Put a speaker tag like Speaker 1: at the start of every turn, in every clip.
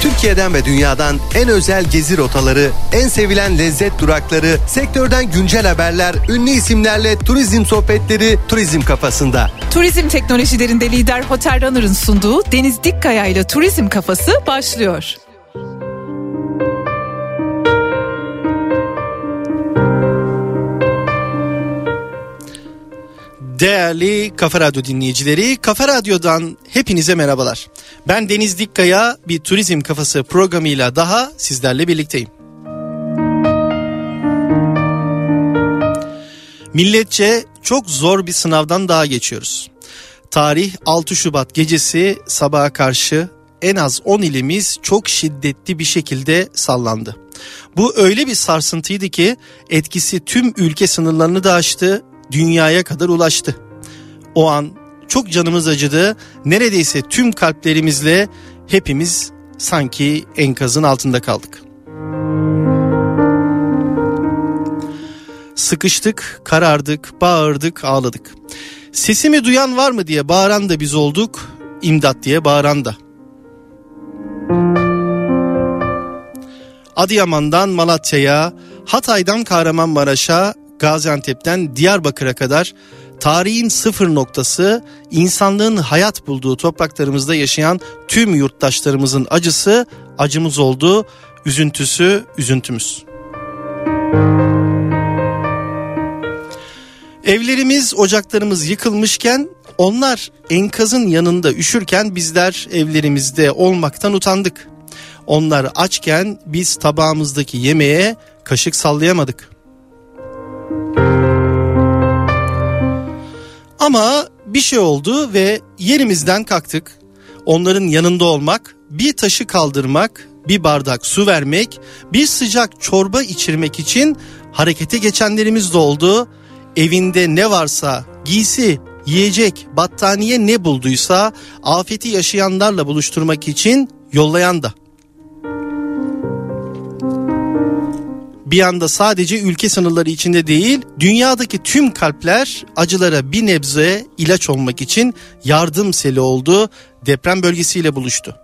Speaker 1: Türkiye'den ve dünyadan en özel gezi rotaları, en sevilen lezzet durakları, sektörden güncel haberler, ünlü isimlerle turizm sohbetleri Turizm Kafası'nda.
Speaker 2: Turizm teknolojilerinde lider Hotel Runner'ın sunduğu Deniz Dikkaya ile Turizm Kafası başlıyor.
Speaker 3: Değerli Kafa Radyo dinleyicileri, Kafa Radyo'dan hepinize merhabalar. Ben Deniz Dikkaya, bir Turizm Kafası programıyla daha sizlerle birlikteyim. Milletçe çok zor bir sınavdan daha geçiyoruz. Tarih 6 Şubat gecesi sabaha karşı en az 10 ilimiz çok şiddetli bir şekilde sallandı. Bu öyle bir sarsıntıydı ki etkisi tüm ülke sınırlarını da aştı, dünyaya kadar ulaştı. O an çok canımız acıdı. Neredeyse tüm kalplerimizle hepimiz sanki enkazın altında kaldık. Sıkıştık, karardık, bağırdık, ağladık. Sesimi duyan var mı diye bağıran da biz olduk, imdat diye bağıran da. Adıyaman'dan Malatya'ya, Hatay'dan Kahramanmaraş'a, Gaziantep'ten Diyarbakır'a kadar tarihin sıfır noktası, insanlığın hayat bulduğu topraklarımızda yaşayan tüm yurttaşlarımızın acısı acımız oldu, üzüntüsü üzüntümüz. Evlerimiz, ocaklarımız yıkılmışken, onlar enkazın yanında üşürken bizler evlerimizde olmaktan utandık. Onlar açken biz tabağımızdaki yemeğe kaşık sallayamadık. Ama bir şey oldu ve yerimizden kalktık. Onların yanında olmak, bir taşı kaldırmak, bir bardak su vermek, bir sıcak çorba içirmek için harekete geçenlerimiz de oldu. Evinde ne varsa, giysi, yiyecek, battaniye ne bulduysa afeti yaşayanlarla buluşturmak için yollayan da. Bir anda sadece ülke sınırları içinde değil, dünyadaki tüm kalpler acılara bir nebze ilaç olmak için yardım seli oldu, deprem bölgesiyle buluştu.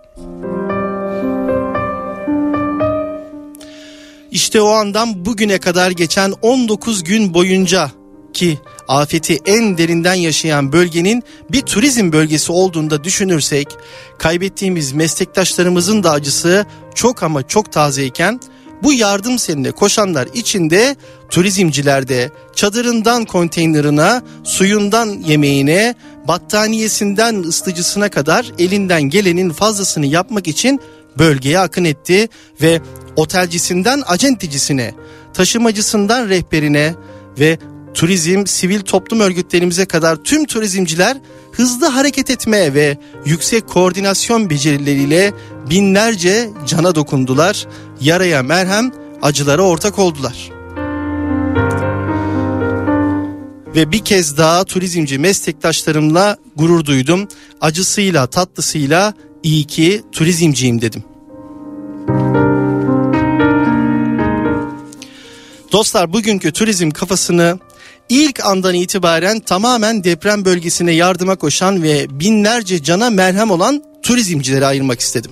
Speaker 3: İşte o andan bugüne kadar geçen 19 gün boyunca ki afeti en derinden yaşayan bölgenin bir turizm bölgesi olduğunu da düşünürsek, kaybettiğimiz meslektaşlarımızın da acısı çok ama çok tazeyken, bu yardım seline koşanlar içinde turizmciler de çadırından konteynerine, suyundan yemeğine, battaniyesinden ısıtıcısına kadar elinden gelenin fazlasını yapmak için bölgeye akın etti ve otelcisinden acenticisine, taşımacısından rehberine ve turizm, sivil toplum örgütlerimize kadar tüm turizmciler hızlı hareket etmeye ve yüksek koordinasyon becerileriyle binlerce cana dokundular, yaraya merhem, acılara ortak oldular. Ve bir kez daha turizmci meslektaşlarımla gurur duydum. Acısıyla tatlısıyla iyi ki turizmciyim dedim. Dostlar, bugünkü turizm kafasını İlk andan itibaren tamamen deprem bölgesine yardıma koşan ve binlerce cana merhem olan turizmcilere ayırmak istedim.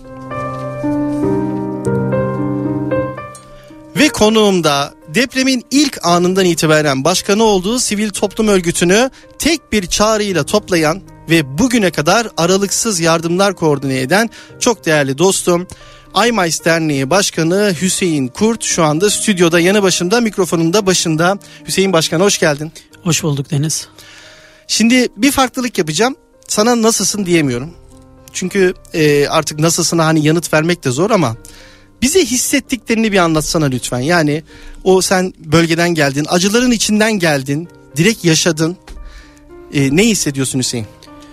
Speaker 3: Ve konuğum da depremin ilk anından itibaren başkanı olduğu sivil toplum örgütünü tek bir çağrıyla toplayan ve bugüne kadar aralıksız yardımlar koordine eden çok değerli dostum, Aymays Derneği Başkanı Hüseyin Kurt şu anda stüdyoda yanı başımda, mikrofonun da başında. Hüseyin Başkan, hoş geldin.
Speaker 4: Hoş bulduk Deniz.
Speaker 3: Şimdi bir farklılık yapacağım. Sana nasılsın diyemiyorum. Çünkü artık nasılsına hani yanıt vermek de zor ama bize hissettiklerini bir anlatsana lütfen. Yani o sen bölgeden geldin, acıların içinden geldin, direkt yaşadın. Ne hissediyorsun Hüseyin?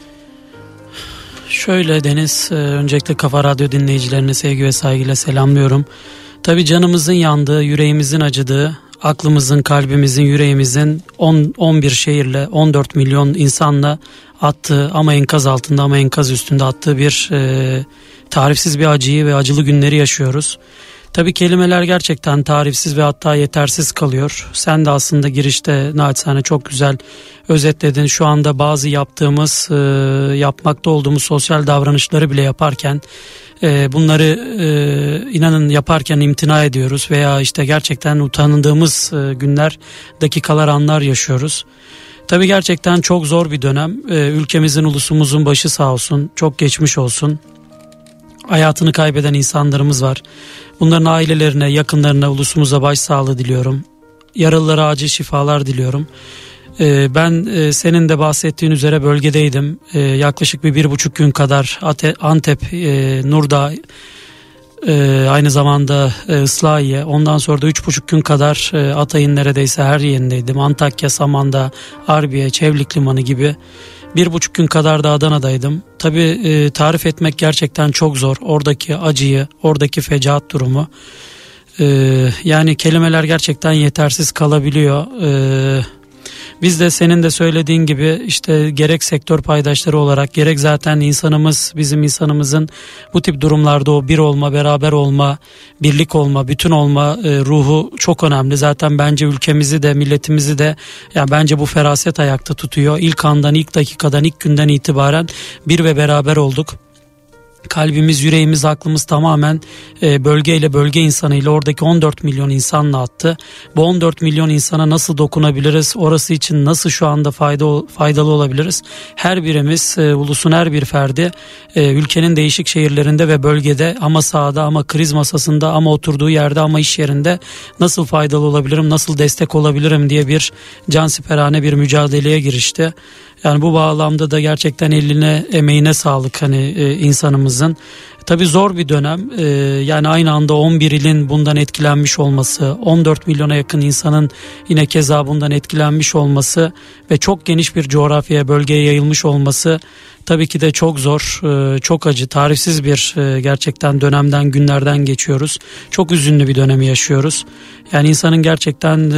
Speaker 4: Şöyle Deniz, öncelikle Kafa Radyo dinleyicilerine sevgi ve saygıyla selamlıyorum. Tabii canımızın yandığı, yüreğimizin acıdığı, aklımızın, kalbimizin, yüreğimizin 11 şehirle, 14 milyon insanla attığı ama enkaz altında ama enkaz üstünde attığı bir tarifsiz bir acıyı ve acılı günleri yaşıyoruz. Tabii kelimeler gerçekten tarifsiz ve hatta yetersiz kalıyor. Sen de aslında girişte naçizane çok güzel özetledin. Şu anda bazı yaptığımız, yapmakta olduğumuz sosyal davranışları bile yaparken Bunları inanın yaparken imtina ediyoruz veya işte gerçekten utandığımız günler, dakikalar, anlar yaşıyoruz. Tabii gerçekten çok zor bir dönem. Ülkemizin, ulusumuzun başı sağ olsun, çok geçmiş olsun. Hayatını kaybeden insanlarımız var. Bunların ailelerine, yakınlarına, ulusumuza başsağlığı diliyorum. Yaralılara acil şifalar diliyorum. Ben senin de bahsettiğin üzere bölgedeydim. Yaklaşık 1,5 gün kadar Antep, Nurdağ, aynı zamanda Islahiye, ondan sonra da 3,5 gün kadar Hatay'ın neredeyse her yerindeydim. Antakya, Samandağ, Harbiye, Çevlik Limanı gibi. 1,5 gün kadar da Adana'daydım. Tabii tarif etmek gerçekten çok zor. Oradaki acıyı, oradaki fecaat durumu. Yani kelimeler gerçekten yetersiz kalabiliyor. Biz de senin de söylediğin gibi işte gerek sektör paydaşları olarak gerek zaten insanımız, bizim insanımızın bu tip durumlarda o bir olma, beraber olma, birlik olma, bütün olma ruhu çok önemli. Zaten bence ülkemizi de milletimizi de yani bence bu feraset ayakta tutuyor. İlk andan, ilk dakikadan, ilk günden itibaren bir ve beraber olduk. Kalbimiz, yüreğimiz, aklımız tamamen bölgeyle, bölge insanıyla, oradaki 14 milyon insanla attı. Bu 14 milyon insana nasıl dokunabiliriz? Orası için nasıl şu anda faydalı olabiliriz? Her birimiz, ulusun her bir ferdi ülkenin değişik şehirlerinde ve bölgede, ama sahada, ama kriz masasında, ama oturduğu yerde, ama iş yerinde nasıl faydalı olabilirim, nasıl destek olabilirim diye bir cansiperane bir mücadeleye girişti. Yani bu bağlamda da gerçekten eline, emeğine sağlık hani insanımızın. Tabii zor bir dönem. Yani aynı anda 11 ilin bundan etkilenmiş olması, 14 milyona yakın insanın yine keza bundan etkilenmiş olması ve çok geniş bir coğrafyaya, bölgeye yayılmış olması tabii ki de çok zor, çok acı, tarifsiz bir gerçekten dönemden, günlerden geçiyoruz. Çok üzünlü bir dönemi yaşıyoruz. Yani insanın gerçekten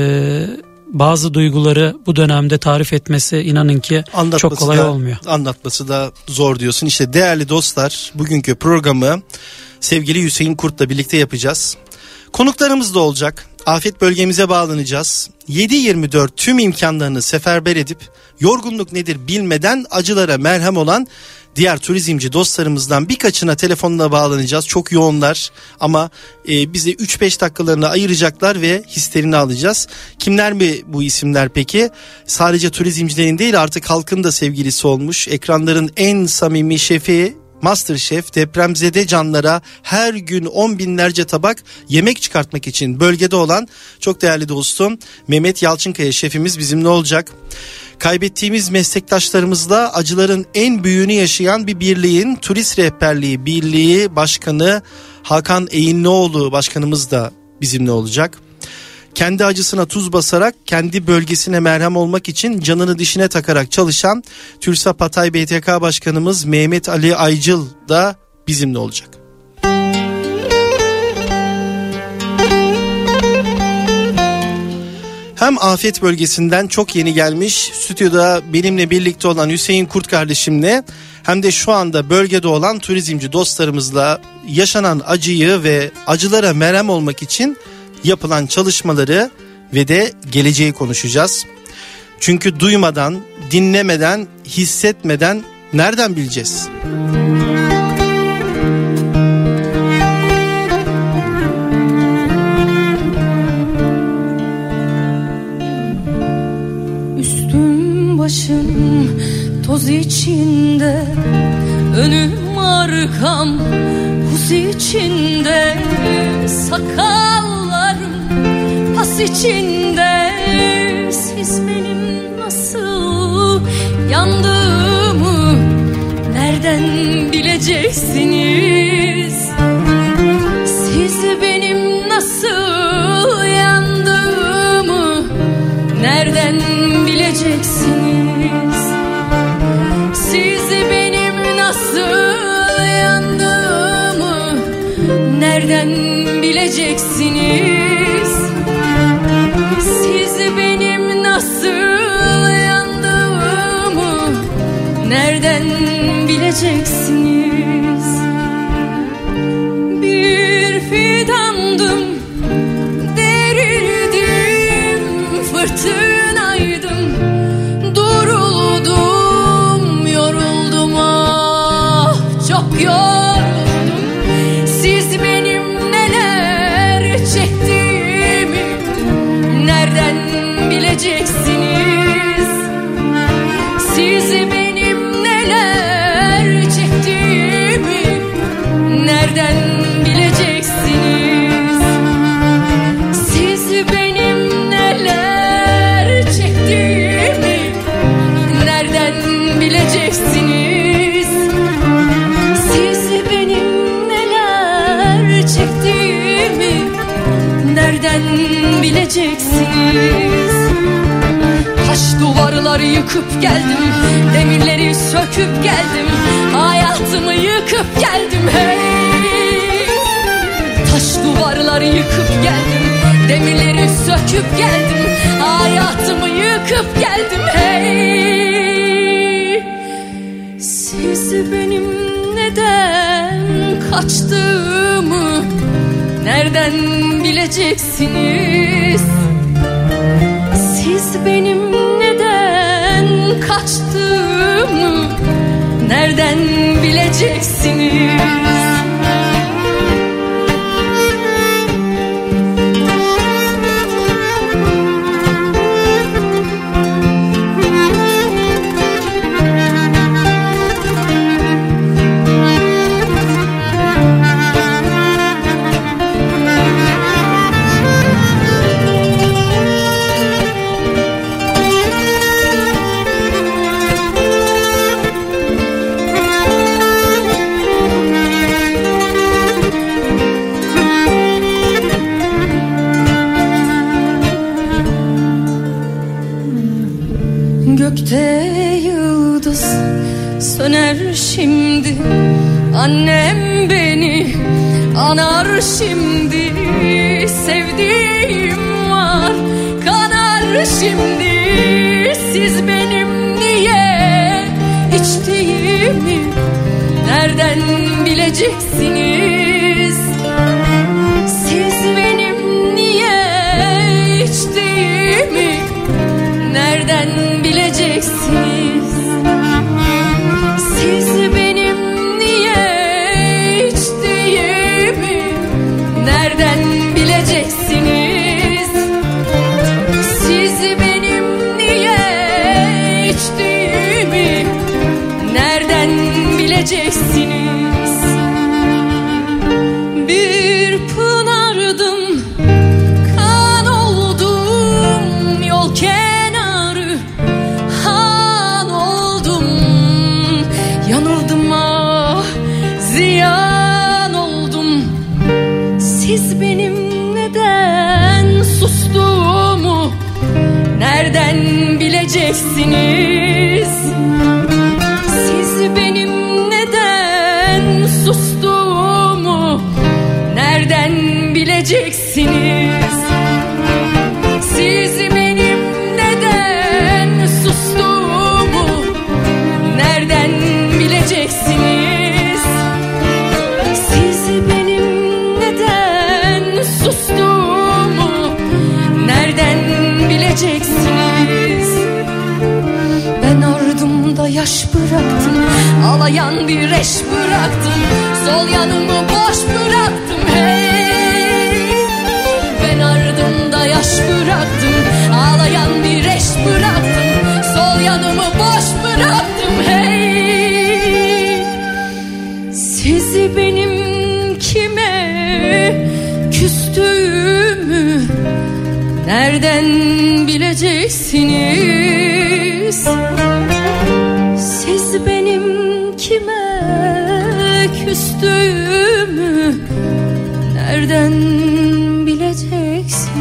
Speaker 4: bazı duyguları bu dönemde tarif etmesi inanın ki çok kolay olmuyor.
Speaker 3: Anlatması da zor diyorsun. İşte değerli dostlar, bugünkü programı sevgili Hüseyin Kurt'la birlikte yapacağız. Konuklarımız da olacak. Afet bölgemize bağlanacağız. 7/24 tüm imkanlarını seferber edip yorgunluk nedir bilmeden acılara merhem olan diğer turizmci dostlarımızdan birkaçına telefonla bağlanacağız. Çok yoğunlar ama bize 3-5 dakikalarını ayıracaklar ve hislerini alacağız. Kimler mi bu isimler peki? Sadece turizmcilerin değil, artık halkın da sevgilisi olmuş. Ekranların en samimi şefi, MasterChef, depremzede canlara her gün 10 binlerce tabak yemek çıkartmak için bölgede olan çok değerli dostum Mehmet Yalçınkaya şefimiz bizimle olacak. Kaybettiğimiz meslektaşlarımızla acıların en büyüğünü yaşayan bir birliğin Turist Rehberliği Birliği Başkanı Hakan Eğinlioğlu başkanımız da bizimle olacak. Kendi acısına tuz basarak kendi bölgesine merhem olmak için canını dişine takarak çalışan TÜRSAP Hatay BTK Başkanımız Mehmet Ali Aycıl da bizimle olacak. Hem afet bölgesinden çok yeni gelmiş stüdyoda benimle birlikte olan Hüseyin Kurt kardeşimle hem de şu anda bölgede olan turizmci dostlarımızla yaşanan acıyı ve acılara merhem olmak için yapılan çalışmaları ve de geleceği konuşacağız. Çünkü duymadan, dinlemeden, hissetmeden nereden bileceğiz?
Speaker 5: Üstüm başım toz içinde, önüm arkam pus içinde, sakallarım pas içinde. Siz benim nasıl yandığımı nereden bileceksiniz? Siz benim nasıl yandığımı nereden bileceksiniz? Siz benim nasıl yandığımı nereden bileceksiniz? Siz benim nasıl yandığımı nereden bileceksiniz? Bir fidandım, derildim, fırtınaydım, duruldum, yoruldum, ah çok yoruldum. nereden bileceksiniz? Taş duvarları yıkıp geldim, demirleri söküp geldim, hayatımı yıkıp geldim hey. Taş duvarları yıkıp geldim, demirleri söküp geldim, hayatımı yıkıp geldim hey. Siz benim neden kaçtığımı nereden bileceksiniz? Siz benim neden kaçtığımı nereden bileceksiniz? Gökte yıldız söner şimdi, annem beni anar şimdi, sevdiğim var kanar şimdi. Siz benim niye içtiğimi nereden bileceksiniz? Siz benim niye içtiğimi nereden bileceksiniz? Siz benim niye içtiğimi nereden bileceksiniz? Siz benim niye içtiğimi nereden bileceksiniz? Bir pınardım, kan oldum, yol kenarı han oldum. Yanıldım ah, ziyan oldum. Siz benim neden sustuğumu nereden bileceksiniz? Siz benim neden sustuğumu nereden bileceksiniz? Siz benim neden sustuğumu nereden bileceksiniz? Siz benim neden sustuğumu nereden bileceksiniz? Ben ardımda yaş bıraktım, ağlayan bir eş bıraktım, sol yanımı boş bıraktım hey. Ben ardımda yaş bıraktım, ağlayan bir eş bıraktım, sol yanımı boş bıraktım hey. Siz benim kime küstüğümü nereden bileceksiniz? Siz benim kime küstüğümü nereden bileceksiniz?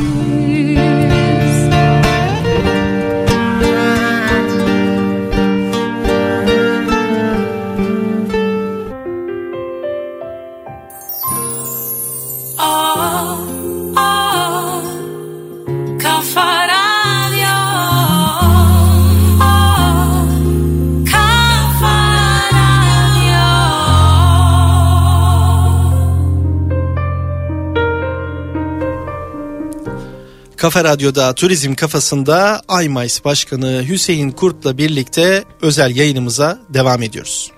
Speaker 3: Kafa Radyo'da Turizm Kafası'nda Aymays Başkanı Hüseyin Kurt'la birlikte özel yayınımıza devam ediyoruz.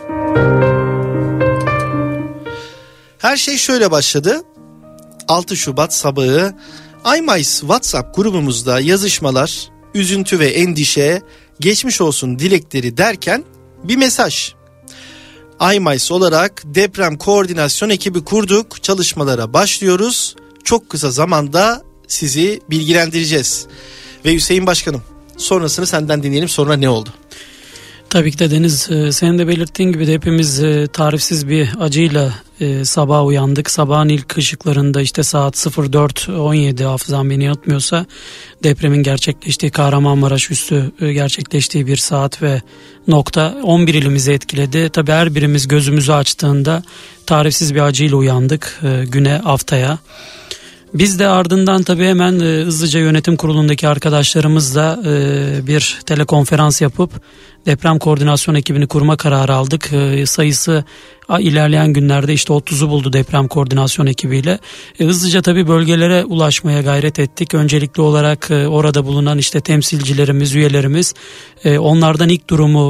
Speaker 3: Her şey şöyle başladı. 6 Şubat sabahı Aymays WhatsApp grubumuzda yazışmalar, üzüntü ve endişe, geçmiş olsun dilekleri derken bir mesaj. Aymays olarak deprem koordinasyon ekibi kurduk, çalışmalara başlıyoruz. Çok kısa zamanda sizi bilgilendireceğiz. Ve Hüseyin Başkanım, sonrasını senden dinleyelim, sonra ne oldu?
Speaker 4: Tabii ki de Deniz, senin de belirttiğin gibi de hepimiz tarifsiz bir acıyla sabah uyandık. Sabahın ilk ışıklarında işte saat 04:17 hafızam beni yanıltmıyorsa depremin gerçekleştiği, Kahramanmaraş üssü gerçekleştiği bir saat ve nokta 11 ilimizi etkiledi. Tabii her birimiz gözümüzü açtığında tarifsiz bir acıyla uyandık güne, haftaya. Biz de ardından tabii hemen hızlıca yönetim kurulundaki arkadaşlarımızla bir telekonferans yapıp deprem koordinasyon ekibini kurma kararı aldık. Sayısı ilerleyen günlerde işte 30'u buldu deprem koordinasyon ekibiyle. Hızlıca tabii bölgelere ulaşmaya gayret ettik. Öncelikli olarak orada bulunan işte temsilcilerimiz, üyelerimiz, onlardan ilk durumu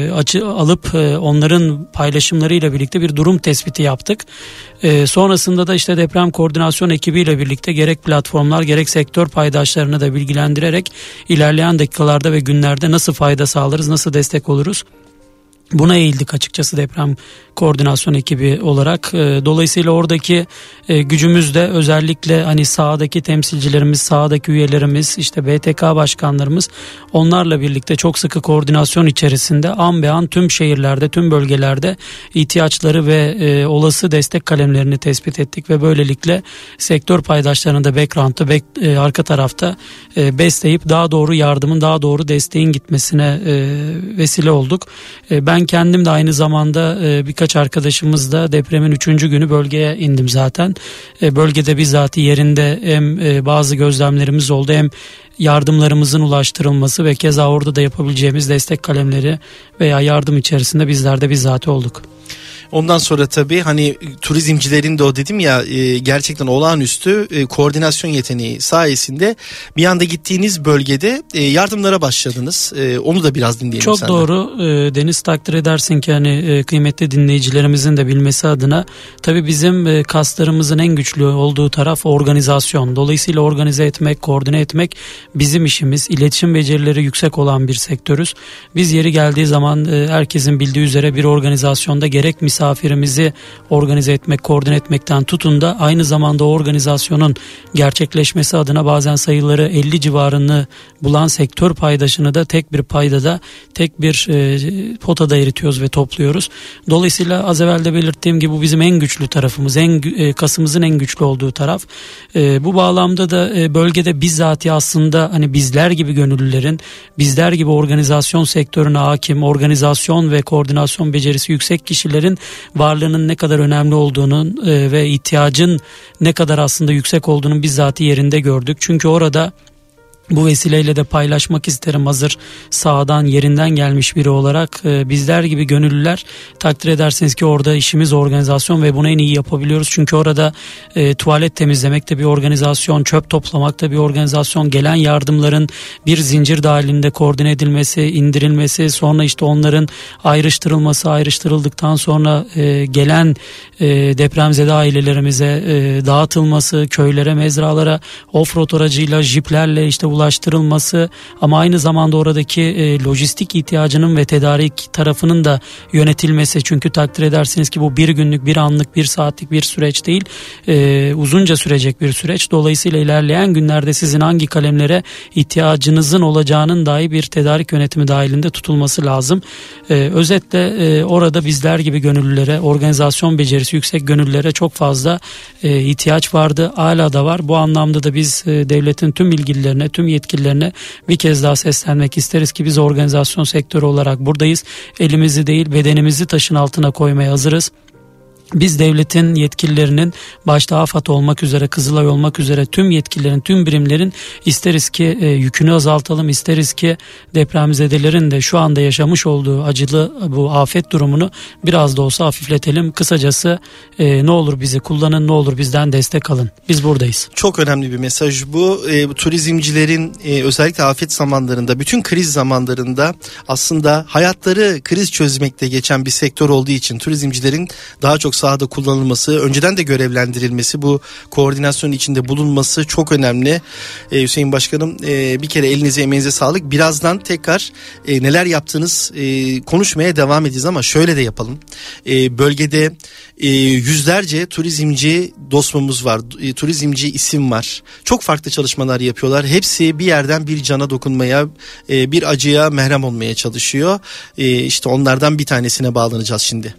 Speaker 4: alıp onların paylaşımlarıyla birlikte bir durum tespiti yaptık. Sonrasında da işte deprem koordinasyon ekibiyle birlikte gerek platformlar gerek sektör paydaşlarını da bilgilendirerek ilerleyen dakikalarda ve günlerde nasıl fayda sağlarız, nasıl destek oluruz, buna eğildik açıkçası deprem koordinasyon ekibi olarak. Dolayısıyla oradaki gücümüz de özellikle hani sahadaki temsilcilerimiz, sahadaki üyelerimiz, işte BTK başkanlarımız, onlarla birlikte çok sıkı koordinasyon içerisinde an be an tüm şehirlerde, tüm bölgelerde ihtiyaçları ve olası destek kalemlerini tespit ettik ve böylelikle sektör paydaşlarını da background'da, arka tarafta besleyip daha doğru yardımın, daha doğru desteğin gitmesine vesile olduk. Ben kendim de aynı zamanda birkaç arkadaşımız da depremin 3. günü bölgeye indim zaten. Bölgede bizzat yerinde hem bazı gözlemlerimiz oldu, hem yardımlarımızın ulaştırılması ve keza orada da yapabileceğimiz destek kalemleri veya yardım içerisinde bizler de bizzat olduk.
Speaker 3: Ondan sonra tabii hani turizmcilerin de o dedim ya gerçekten olağanüstü koordinasyon yeteneği sayesinde bir anda gittiğiniz bölgede yardımlara başladınız. Onu da biraz dinleyelim
Speaker 4: Çok
Speaker 3: senden.
Speaker 4: doğru Deniz, takdir edersin ki hani kıymetli dinleyicilerimizin de bilmesi adına tabii bizim kaslarımızın en güçlü olduğu taraf organizasyon. Dolayısıyla organize etmek, koordine etmek bizim işimiz. İletişim becerileri yüksek olan bir sektörüz. Biz yeri geldiği zaman herkesin bildiği üzere bir organizasyonda gerek misafirimizi organize etmek, koordine etmekten tutun da aynı zamanda o organizasyonun gerçekleşmesi adına bazen sayıları 50 civarını bulan sektör paydaşını da tek bir paydada, tek bir potada eritiyoruz ve topluyoruz. Dolayısıyla az evvel de belirttiğim gibi bu bizim en güçlü tarafımız, kasımızın en güçlü olduğu taraf. Bu bağlamda da bölgede bizzati aslında hani bizler gibi gönüllülerin, bizler gibi organizasyon sektörüne hakim, organizasyon ve koordinasyon becerisi yüksek kişilerin varlığının ne kadar önemli olduğunun ve ihtiyacın ne kadar aslında yüksek olduğunun bizzat yerinde gördük. Çünkü orada bu vesileyle de paylaşmak isterim, hazır sahadan, yerinden gelmiş biri olarak bizler gibi gönüllüler takdir edersiniz ki orada işimiz organizasyon ve bunu en iyi yapabiliyoruz. Çünkü orada tuvalet temizlemek de bir organizasyon, çöp toplamak da bir organizasyon, gelen yardımların bir zincir dahilinde koordine edilmesi, indirilmesi, sonra işte onların ayrıştırılması, ayrıştırıldıktan sonra gelen depremzede ailelerimize dağıtılması, köylere, mezralara offroad aracıyla, jiplerle işte ulaştırılması, ama aynı zamanda oradaki lojistik ihtiyacının ve tedarik tarafının da yönetilmesi. Çünkü takdir edersiniz ki bu bir günlük, bir anlık, bir saatlik bir süreç değil, uzunca sürecek bir süreç. Dolayısıyla ilerleyen günlerde sizin hangi kalemlere ihtiyacınızın olacağının dahi bir tedarik yönetimi dahilinde tutulması lazım. Özetle orada bizler gibi gönüllülere, organizasyon becerisi yüksek gönüllülere çok fazla ihtiyaç vardı. Hala da var. Bu anlamda da biz devletin tüm ilgililerine, tüm yetkililerine bir kez daha seslenmek isteriz ki biz organizasyon sektörü olarak buradayız. Elimizi değil bedenimizi taşın altına koymaya hazırız. Biz devletin yetkililerinin, başta AFAD olmak üzere, Kızılay olmak üzere tüm yetkililerin, tüm birimlerin isteriz ki yükünü azaltalım, isteriz ki depremzedelerin de şu anda yaşamış olduğu acılı bu afet durumunu biraz da olsa hafifletelim. Kısacası ne olur bizi kullanın, ne olur bizden destek alın. Biz buradayız.
Speaker 3: Çok önemli bir mesaj bu. Turizmcilerin özellikle afet zamanlarında, bütün kriz zamanlarında aslında hayatları kriz çözmekte geçen bir sektör olduğu için turizmcilerin daha çok sahada kullanılması, önceden de görevlendirilmesi, bu koordinasyonun içinde bulunması çok önemli. Hüseyin Başkanım, bir kere elinize emeğinize sağlık. Birazdan tekrar neler yaptığınız konuşmaya devam edeceğiz ama şöyle de yapalım. Bölgede yüzlerce turizmci dostumuz var, turizmci isim var. Çok farklı çalışmalar yapıyorlar. Hepsi bir yerden bir cana dokunmaya, bir acıya merhem olmaya çalışıyor. İşte onlardan bir tanesine bağlanacağız şimdi.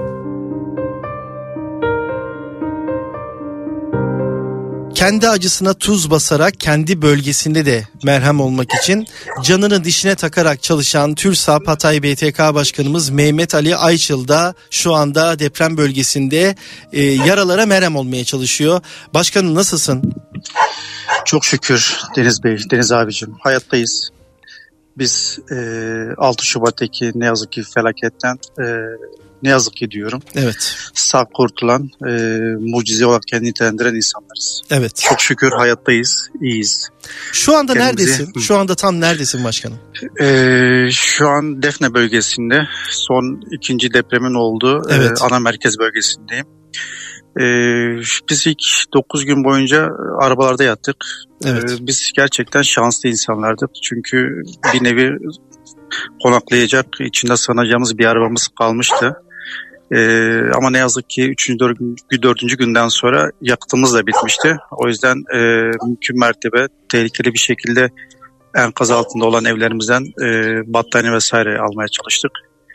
Speaker 3: Kendi acısına tuz basarak kendi bölgesinde de merhem olmak için canını dişine takarak çalışan TÜRSAP Hatay BTK Başkanımız Mehmet Ali Ayçıl da şu anda deprem bölgesinde yaralara merhem olmaya çalışıyor. Başkanım, nasılsın?
Speaker 6: Çok şükür Deniz Bey, Deniz abicim, hayattayız. Biz 6 Şubat'taki ne yazık ki felaketten ne yazık ki diyorum.
Speaker 3: Evet.
Speaker 6: Sağ kurtulan, mucize olarak kendini nitelendiren insanlarız.
Speaker 3: Evet.
Speaker 6: Çok şükür hayattayız, iyiyiz.
Speaker 3: Şu anda
Speaker 6: kendimizi...
Speaker 3: neredesin? Şu anda tam neredesin başkanım?
Speaker 6: Şu an Defne bölgesinde, son ikinci depremin olduğu ana merkez bölgesindeyim. Biz ilk 9 gün boyunca arabalarda yattık.
Speaker 3: Evet.
Speaker 6: Biz gerçekten şanslı insanlardık. Çünkü bir nevi konaklayacak, içinde sığınacağımız bir arabamız kalmıştı. Ama ne yazık ki 4. günden sonra yakıtımız da bitmişti. O yüzden mümkün mertebe tehlikeli bir şekilde enkaz altında olan evlerimizden battaniye vesaire almaya çalıştık.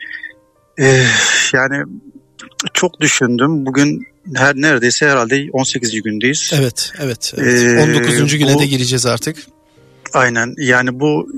Speaker 6: Yani çok düşündüm. Bugün neredeyse herhalde 18. gündeyiz.
Speaker 3: Evet. 19. güne de gireceğiz artık.
Speaker 6: Aynen. Yani bu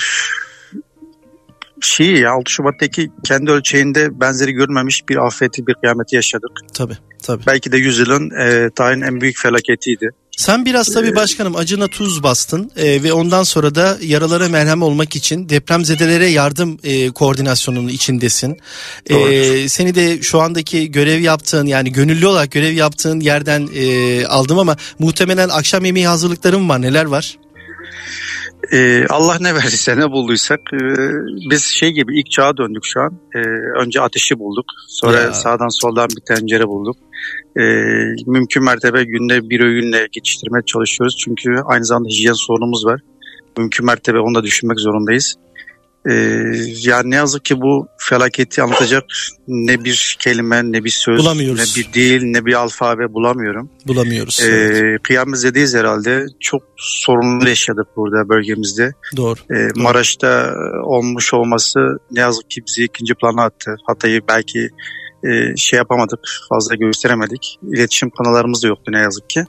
Speaker 6: 6 Şubat'taki kendi ölçeğinde benzeri görmemiş bir afeti, bir kıyameti yaşadık.
Speaker 3: Tabii.
Speaker 6: Belki de yüzyılın tarihin en büyük felaketiydi.
Speaker 3: Sen biraz tabii başkanım acına tuz bastın ve ondan sonra da yaralara merhem olmak için depremzedelere yardım koordinasyonunun içindesin. Seni de şu andaki görev yaptığın, yani gönüllü olarak görev yaptığın yerden aldım ama muhtemelen akşam yemeği hazırlıkların var. Neler var?
Speaker 6: Allah ne verdiyse, ne bulduysak biz gibi ilk çağa döndük şu an. Önce ateşi bulduk, sonra sağdan soldan bir tencere bulduk. Mümkün mertebe günde bir öğünle geçiştirmeye çalışıyoruz çünkü aynı zamanda hijyen sorunumuz var. Mümkün mertebe onu da düşünmek zorundayız. Yani ne yazık ki bu felaketi anlatacak ne bir kelime, ne bir söz, ne bir dil, ne bir alfabe bulamıyoruz. Kıyametideyiz herhalde. Çok sorunlu yaşadık burada bölgemizde.
Speaker 3: Doğru.
Speaker 6: Maraş'ta olmuş olması ne yazık ki bizi ikinci plana attı. Hatay'ı belki yapamadık, fazla gösteremedik. İletişim kanallarımız da yoktu ne yazık ki.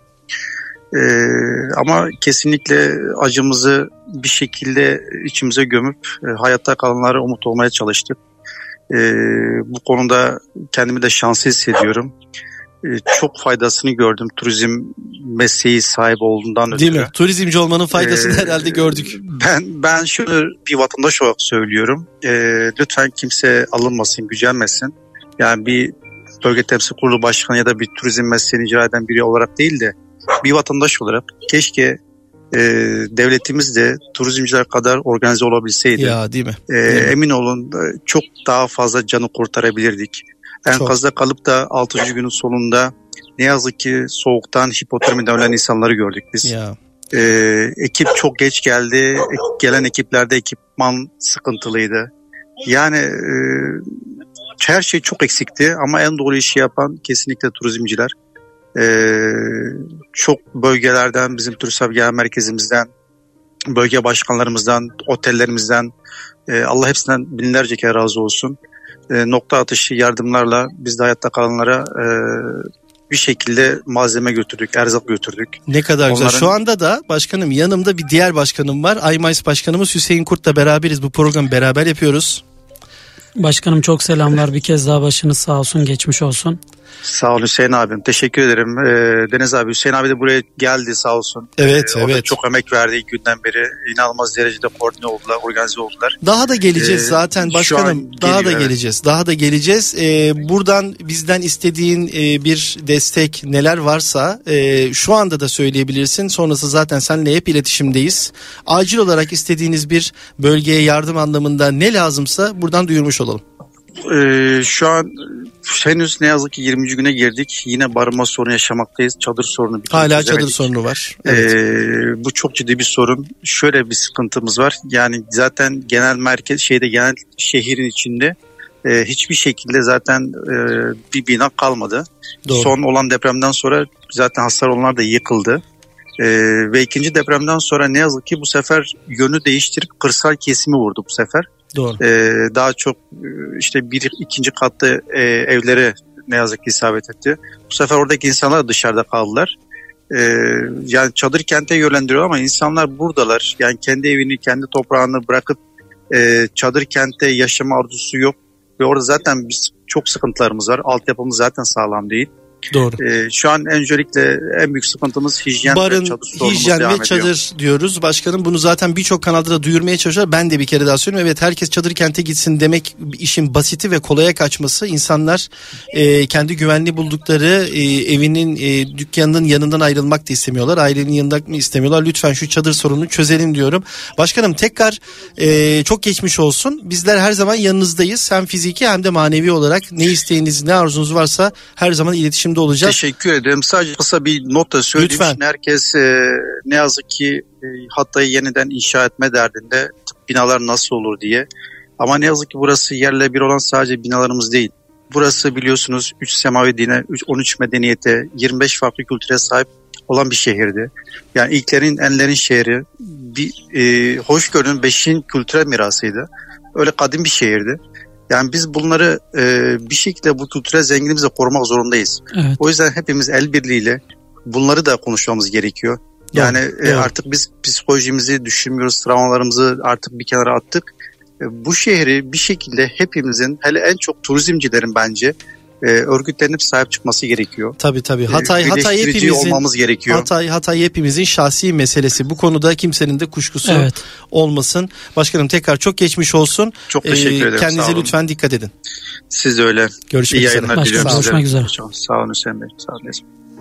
Speaker 6: Ama kesinlikle acımızı bir şekilde içimize gömüp hayatta kalanlara umut olmaya çalıştık. Bu konuda kendimi de şanslı hissediyorum. Çok faydasını gördüm turizm mesleği sahibi olduğundan ötürü.
Speaker 3: Değil mi? Turizmci olmanın faydasını herhalde gördük.
Speaker 6: Ben şöyle bir vatandaş olarak söylüyorum. Lütfen kimse alınmasın, gücenmesin. Yani bir bölge temsil kurulu başkanı ya da bir turizm mesleğini icra eden biri olarak değil de bir vatandaş olarak keşke devletimiz de turizmciler kadar organize olabilseydi.
Speaker 3: Ya değil mi?
Speaker 6: Emin olun çok daha fazla canı kurtarabilirdik. Enkazda kalıp da 6. günün sonunda ne yazık ki soğuktan, hipotermiden ölen insanları gördük biz.
Speaker 3: Ya.
Speaker 6: Ekip çok geç geldi. Gelen ekiplerde ekipman sıkıntılıydı. Yani her şey çok eksikti ama en doğru işi yapan kesinlikle turizmciler. Çok bölgelerden, bizim TÜRSAP genel merkezimizden, bölge başkanlarımızdan, otellerimizden, Allah hepsinden binlerce kere razı olsun. Nokta atışı yardımlarla biz de hayatta kalanlara bir şekilde malzeme götürdük, erzak götürdük.
Speaker 3: Ne kadar güzel. Şu anda da başkanım yanımda bir diğer başkanım var. Aymayis Başkanımız Hüseyin Kurt'la beraberiz. Bu programı beraber yapıyoruz.
Speaker 4: Başkanım çok selamlar. Bir kez daha başınız sağ olsun, geçmiş olsun.
Speaker 6: Sağ ol Hüseyin abim. Teşekkür ederim. Deniz abi, Hüseyin abi de buraya geldi sağ olsun.
Speaker 3: Evet.
Speaker 6: Çok emek verdi ilk günden beri. İnanılmaz derecede koordine oldular, organize oldular.
Speaker 3: Daha da geleceğiz zaten başkanım. Daha da geleceğiz. Buradan bizden istediğin bir destek neler varsa şu anda da söyleyebilirsin. Sonrası zaten seninle hep iletişimdeyiz. Acil olarak istediğiniz bir bölgeye yardım anlamında ne lazımsa buradan duyurmuş olalım.
Speaker 6: Şu an henüz ne yazık ki 20. güne girdik. Yine barınma sorunu yaşamaktayız. Çadır sorunu.
Speaker 3: Hala çadır sorunu var. Evet.
Speaker 6: Bu çok ciddi bir sorun. Şöyle bir sıkıntımız var. Yani zaten genel merkez genel şehrin içinde hiçbir şekilde zaten bir bina kalmadı. Doğru. Son olan depremden sonra zaten hasar olanlar da yıkıldı. Ve ikinci depremden sonra ne yazık ki bu sefer yönü değiştirip kırsal kesimi vurdu bu sefer.
Speaker 3: Doğru.
Speaker 6: Daha çok işte ikinci katta evlere ne yazık ki isabet etti. Bu sefer oradaki insanlar dışarıda kaldılar. Yani çadır kente yönlendiriyor ama insanlar buradalar. Yani kendi evini, kendi toprağını bırakıp çadır kente yaşama arzusu yok. Ve orada zaten biz çok sıkıntılarımız var. Altyapımız zaten sağlam değil.
Speaker 3: Doğru.
Speaker 6: Şu an öncelikle en büyük sıkıntımız hijyen ve çadır sorunumuz
Speaker 3: hijyen
Speaker 6: devam
Speaker 3: ve
Speaker 6: ediyor.
Speaker 3: Çadır diyoruz. Başkanım bunu zaten birçok kanalda da duyurmaya çalışıyor. Ben de bir kere daha söylüyorum. Evet, herkes çadır kente gitsin demek işin basiti ve kolaya kaçması. İnsanlar kendi güvenli buldukları evinin, dükkanının yanından ayrılmak da istemiyorlar. Ailenin yanında mı istemiyorlar? Lütfen şu çadır sorununu çözelim diyorum. Başkanım tekrar çok geçmiş olsun. Bizler her zaman yanınızdayız. Hem fiziki hem de manevi olarak ne isteğiniz, ne arzunuz varsa her zaman iletişimde olacağız.
Speaker 6: Teşekkür ederim. Sadece kısa bir not da söyleyeyim.
Speaker 3: Lütfen.
Speaker 6: Herkes ne yazık ki Hatay'ı yeniden inşa etme derdinde, binalar nasıl olur diye. Ama ne yazık ki burası yerle bir olan sadece binalarımız değil. Burası biliyorsunuz 3 semavi dine, 13 medeniyete, 25 farklı kültüre sahip olan bir şehirdi. Yani ilklerin, enlerin şehri, hoşgörünün 5'in kültürel mirasıydı. Öyle kadim bir şehirdi. Yani biz bunları bir şekilde bu kültürel zenginliğimizi korumak zorundayız. Evet. O yüzden hepimiz el birliğiyle bunları da konuşmamız gerekiyor. Yani artık biz psikolojimizi düşünmüyoruz, travmalarımızı artık bir kenara attık. Bu şehri bir şekilde hepimizin, hele en çok turizmcilerin bence örgütlenip sahip çıkması gerekiyor.
Speaker 3: Tabii. Hatay hepimizin
Speaker 6: olmamız gerekiyor.
Speaker 3: Hatay hepimizin şahsi meselesi. Bu konuda kimsenin de kuşkusu olmasın. Başkanım tekrar çok geçmiş olsun.
Speaker 6: Çok teşekkür ederim.
Speaker 3: Kendinize lütfen dikkat edin.
Speaker 6: Siz de öyle.
Speaker 3: Görüşmek üzere.
Speaker 6: İyi yayınlar diliyorum size.
Speaker 4: Görüşmek üzere.
Speaker 6: Sağ olun Hüseyin Bey. Sağ olun.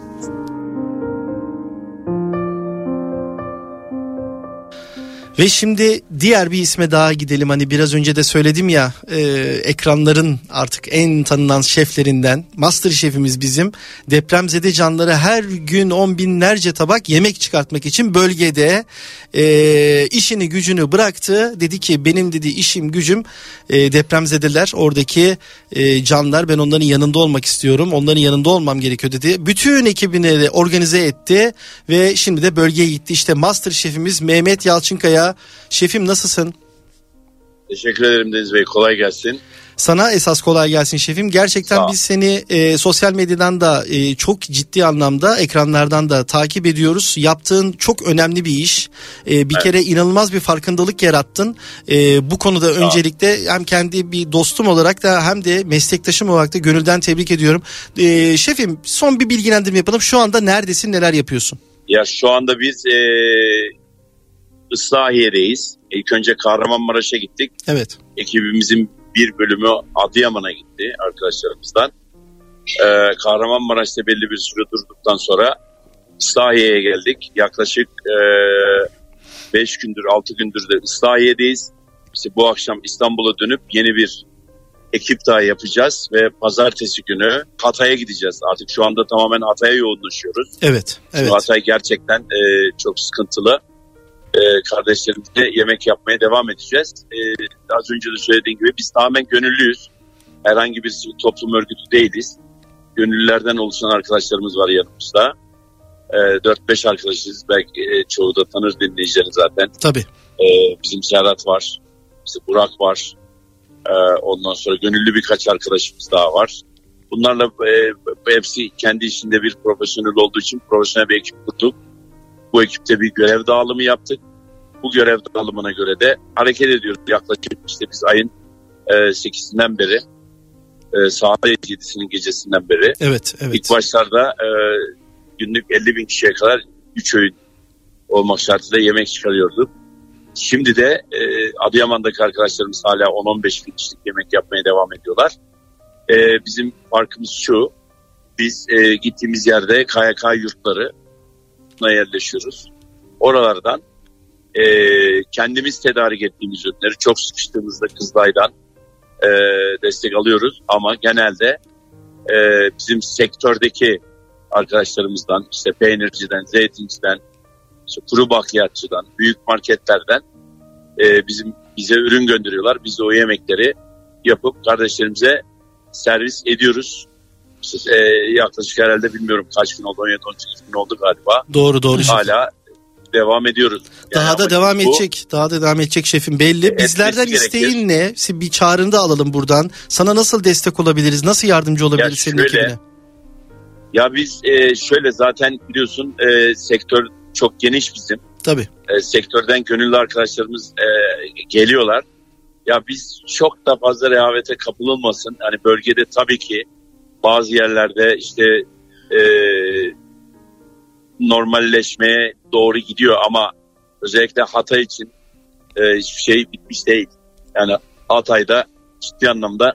Speaker 3: Ve şimdi diğer bir isme daha gidelim. Hani biraz önce de söyledim ya, ekranların artık en tanınan şeflerinden, master şefimiz bizim. Depremzede canlara her gün 10 binlerce tabak yemek çıkartmak için bölgede işini gücünü bıraktı. Dedi ki benim dedi işim gücüm depremzedeler, oradaki canlar, ben onların yanında olmak istiyorum. Onların yanında olmam gerekiyor dedi. Bütün ekibini de organize etti ve şimdi de bölgeye gitti. İşte master şefimiz Mehmet Yalçınkaya. Şefim nasılsın?
Speaker 7: Teşekkür ederim Deniz Bey, kolay gelsin.
Speaker 3: Sana esas kolay gelsin şefim. Gerçekten biz seni sosyal medyadan da çok ciddi anlamda, ekranlardan da takip ediyoruz. Yaptığın çok önemli bir iş. Bir kere inanılmaz bir farkındalık yarattın. Bu konuda öncelikle hem kendi bir dostum olarak da hem de meslektaşım olarak da gönülden tebrik ediyorum. Şefim son bir bilgilendirme yapalım. Şu anda neredesin, neler yapıyorsun?
Speaker 7: Ya şu anda biz Islahiye'deyiz. İlk önce Kahramanmaraş'a gittik.
Speaker 3: Evet.
Speaker 7: Ekibimizin bir bölümü Adıyaman'a gitti arkadaşlarımızdan. Kahramanmaraş'ta belli bir süre durduktan sonra Islahiye'ye geldik. Yaklaşık 5 gündür 6 gündür de Islahiye'deyiz. İşte bu akşam İstanbul'a dönüp yeni bir ekip daha yapacağız ve pazartesi günü Hatay'a gideceğiz. Artık şu anda tamamen Hatay'a yoğunlaşıyoruz.
Speaker 3: Evet.
Speaker 7: Hatay gerçekten çok sıkıntılı. Kardeşlerimizle yemek yapmaya devam edeceğiz. Az önce de söylediğim gibi biz tamamen gönüllüyüz. Herhangi bir toplum örgütü değiliz. Gönüllülerden oluşan arkadaşlarımız var yanımızda. 4-5 arkadaşız. Belki çoğu da tanır dinleyicilerini zaten.
Speaker 3: Tabii.
Speaker 7: Bizim Serhat var. Bizim Burak var. Ondan sonra gönüllü birkaç arkadaşımız daha var. Bunlarla hepsi kendi işinde bir profesyonel olduğu için profesyonel bir ekip kurduk. Bu ekipte bir görev dağılımı yaptık. Bu görev dağılımına göre de hareket ediyoruz. Yaklaşık işte biz ayın 8'inden beri, saat 7'sinin gecesinden beri.
Speaker 3: Evet.
Speaker 7: İlk başlarda günlük 50 bin kişiye kadar 3 öğün olmak şartıyla yemek çıkarıyorduk. Şimdi de Adıyaman'daki arkadaşlarımız hala 10-15 bin kişilik yemek yapmaya devam ediyorlar. Bizim farkımız şu, biz gittiğimiz yerde KYK yurtları yerleşiyoruz. Oralardan kendimiz tedarik ettiğimiz ürünleri çok sıkıştığımızda Kızılay'dan destek alıyoruz. Ama genelde bizim sektördeki arkadaşlarımızdan, işte peynirciden, zeytinciden, işte kuru bakliyatçıdan, büyük marketlerden bize ürün gönderiyorlar. Biz de o yemekleri yapıp kardeşlerimize servis ediyoruz. Yaklaşık herhalde bilmiyorum kaç gün oldu, 17-18 gün oldu galiba.
Speaker 3: Doğru.
Speaker 7: Hala devam ediyoruz. Yani
Speaker 3: daha da devam edecek şefim belli. Bizlerden isteğin ne? Bir çağrında alalım buradan. Sana nasıl destek olabiliriz? Nasıl yardımcı olabiliriz senin ekibine?
Speaker 7: Ya biz şöyle zaten biliyorsun sektör çok geniş bizim.
Speaker 3: Tabii.
Speaker 7: Sektörden gönüllü arkadaşlarımız geliyorlar. Ya biz çok da fazla rehavete kapılılmasın. Hani bölgede tabii ki bazı yerlerde işte normalleşmeye doğru gidiyor ama özellikle Hatay için hiçbir şey bitmiş değil. Yani Hatay'da ciddi anlamda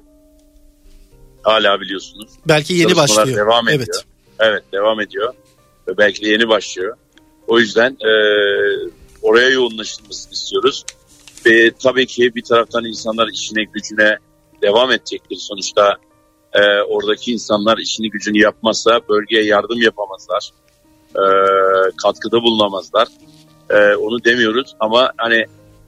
Speaker 7: hala biliyorsunuz.
Speaker 3: Belki yeni başlıyor.
Speaker 7: Devam ediyor. Evet devam ediyor. Ve belki de yeni başlıyor. O yüzden oraya yoğunlaşılmasını istiyoruz. Ve tabii ki bir taraftan insanlar işine gücüne devam edecektir. Sonuçta oradaki insanlar işini gücünü yapmazsa bölgeye yardım yapamazlar. Katkıda bulunamazlar. Onu demiyoruz ama hani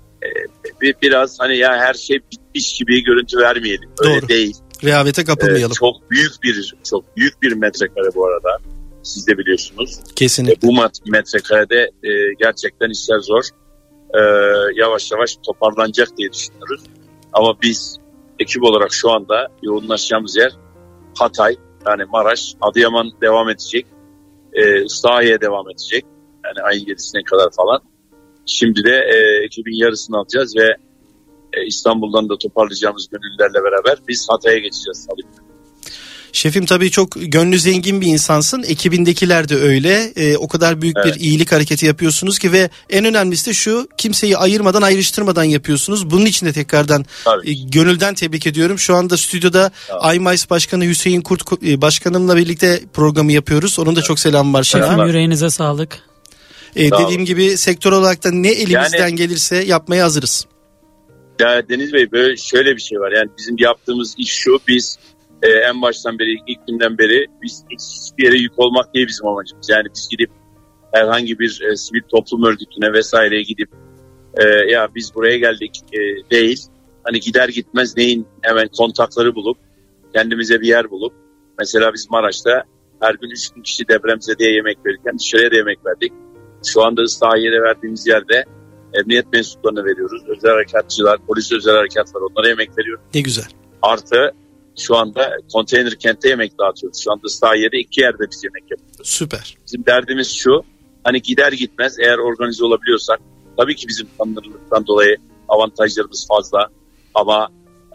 Speaker 7: biraz hani ya her şey bitmiş gibi görüntü vermeyelim. Öyle
Speaker 3: Doğru.
Speaker 7: değil.
Speaker 3: Rehavete kapılmayalım.
Speaker 7: Çok büyük bir metrekare bu arada. Siz de biliyorsunuz.
Speaker 3: Kesinlikle.
Speaker 7: Bu metrekarede gerçekten işler zor. Yavaş yavaş toparlanacak diye düşünüyoruz. Ama biz ekip olarak şu anda yoğunlaşacağımız yer Hatay, yani Maraş, Adıyaman devam edecek. Islahiye devam edecek. Yani ayın 7'sine kadar falan. Şimdi de ekibin yarısını alacağız ve İstanbul'dan da toparlayacağımız gönüllülerle beraber biz Hatay'a geçeceğiz.
Speaker 3: Şefim tabii çok gönlü zengin bir insansın. Ekibindekiler de öyle. O kadar büyük bir iyilik hareketi yapıyorsunuz ki ve en önemlisi de şu, kimseyi ayırmadan ayrıştırmadan yapıyorsunuz. Bunun için de tekrardan gönülden tebrik ediyorum. Şu anda stüdyoda IMAIS Başkanı Hüseyin Kurt Başkanımla birlikte programı yapıyoruz. Onun da çok selamı var.
Speaker 4: Şefim yüreğinize sağlık.
Speaker 3: Dediğim gibi sektör olarak da ne elimizden gelirse yapmaya hazırız.
Speaker 7: Ya Deniz Bey, böyle şöyle bir şey var. Yani bizim yaptığımız iş şu, biz en baştan beri, ilk günden beri biz hiçbir yere yük olmak değil bizim amacımız. Yani biz gidip herhangi bir sivil toplum örgütüne vesaireye gidip ya biz buraya geldik değil. Hani gider gitmez neyin hemen kontakları bulup kendimize bir yer bulup, mesela biz Maraş'ta her gün 3 kişi depremzedeye yemek verirken dışarıya da yemek verdik. Şu anda Islahiye'de verdiğimiz yerde emniyet mensuplarına veriyoruz. Özel harekatçılar, polis özel harekat var, onlara yemek veriyoruz.
Speaker 3: Ne güzel.
Speaker 7: Artı şu anda konteyner kentte yemek dağıtıyoruz. Şu anda Islahiye'de 2 yerde biz yemek yapıyoruz.
Speaker 3: Süper.
Speaker 7: Bizim derdimiz şu, hani gider gitmez eğer organize olabiliyorsak, tabii ki bizim tanınırlıktan dolayı avantajlarımız fazla ama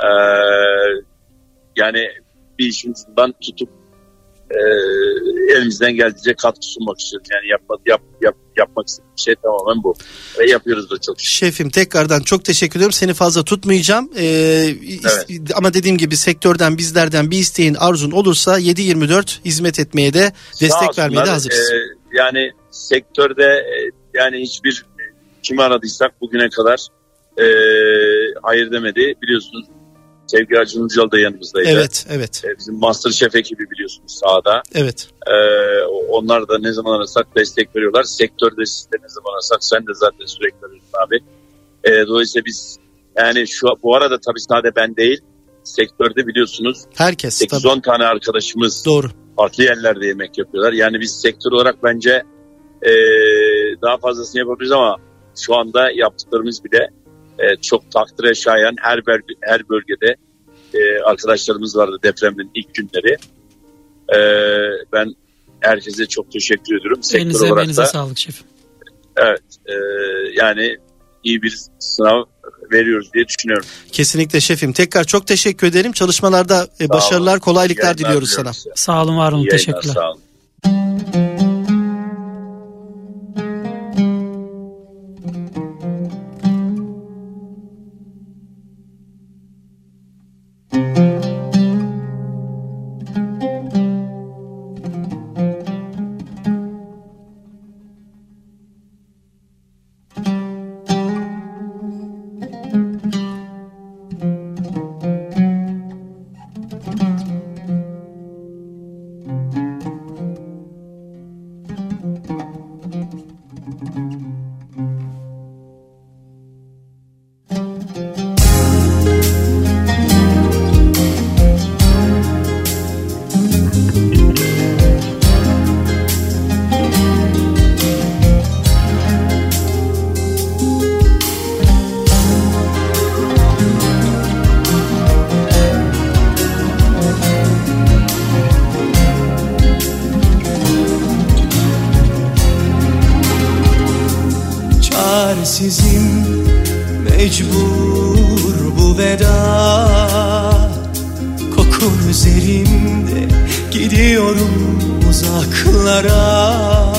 Speaker 7: yani bir işin ucundan tutup elimizden geldiğince katkı sunmak istiyoruz. Yani yapmak istediğim şey tamamen bu. Ve yapıyoruz da çok.
Speaker 3: Şefim tekrardan çok teşekkür ediyorum. Seni fazla tutmayacağım. Evet. Ama dediğim gibi sektörden, bizlerden bir isteğin, arzun olursa 7/24 hizmet etmeye de, destek vermeye de hazırız.
Speaker 7: Yani sektörde yani hiçbir kimi aradıysak bugüne kadar hayır demedi. Biliyorsunuz Sevgili Acun Ilıcalı da yanımızdaydı.
Speaker 3: Evet.
Speaker 7: Bizim MasterChef ekibi biliyorsunuz sahada.
Speaker 3: Evet.
Speaker 7: Onlar da ne zaman arasak destek veriyorlar. Sektörde siz de ne zaman arasak, sen de zaten sürekli veriyorsun abi. Dolayısıyla biz yani bu arada tabii sadece ben değil, sektörde biliyorsunuz
Speaker 3: herkes
Speaker 7: 8-10 tane arkadaşımız
Speaker 3: doğru
Speaker 7: farklı yerlerde yemek yapıyorlar. Yani biz sektör olarak bence daha fazlasını yapabiliriz ama şu anda yaptıklarımız bile çok takdire şayan. Her bölgede arkadaşlarımız vardı depremin ilk günleri. Ben herkese çok teşekkür ediyorum.
Speaker 4: Elinize sağlık şefim.
Speaker 7: Evet. Yani iyi bir sınav veriyoruz diye düşünüyorum.
Speaker 3: Kesinlikle şefim. Tekrar çok teşekkür ederim. Çalışmalarda başarılar, kolaylıklar diliyoruz sana.
Speaker 4: Sağ olun, var olun. Teşekkürler.
Speaker 7: Sağ olun.
Speaker 8: çaresizim, mecbur bu veda. Kokun üzerimde, gidiyorum uzaklara.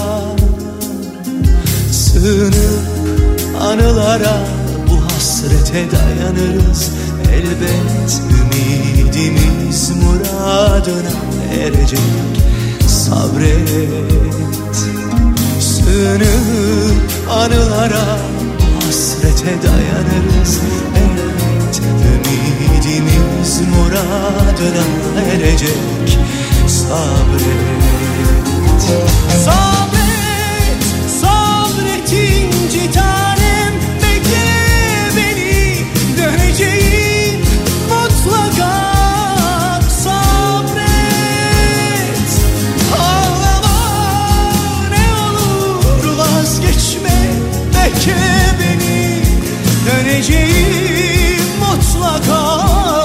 Speaker 8: Sığınıp anılara, bu hasrete dayanırız elbet. Ümidimiz muradına erecek, sabret. Sığınıp anılara, bu hasrete dayanırız elbet. Ümidimiz muradına erecek, sabret. Sabret, sabret inci tanem, bekle beni, döneceğim mutlaka. Sabret, ağlama ne olur, vazgeçme, bekle beni, döneceğim mutlaka.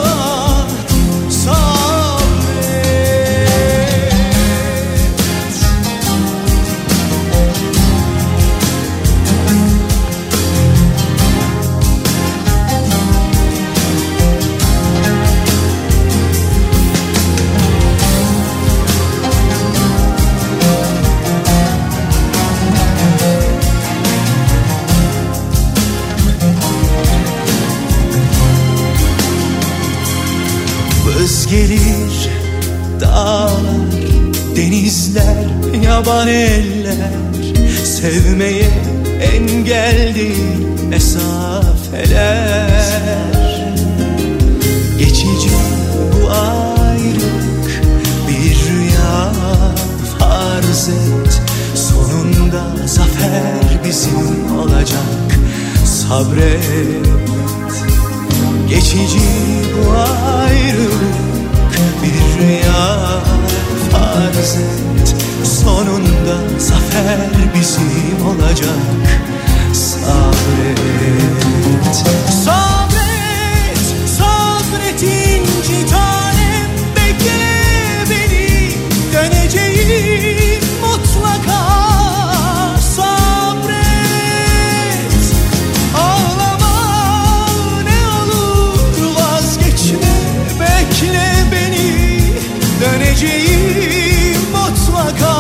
Speaker 8: Gelir dağlar, denizler, yaban eller, sevmeye engel değil mesafeler. Geçici bu ayrılık bir rüya farz et, sonunda zafer bizim olacak, sabret. Geçici bu ayrılık bir rüya farz et, sonunda zafer bizim olacak, sabret. Sabret, sabret inci tanem, bekle beni, döneceğim mutlaka. Sabret, ağlama ne olur, vazgeçme, bekle beni, döneceğim mutlaka.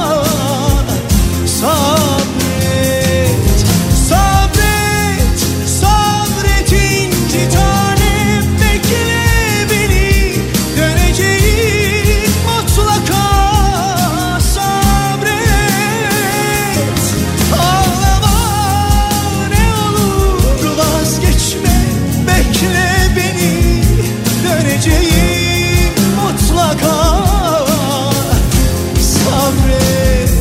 Speaker 8: Sabret, sabret, sabret inci tanem, bekle beni, döneceğim mutlaka. Sabret, ağlama ne olur, vazgeçme, bekle beni, döneceğim mutlaka. Sabret.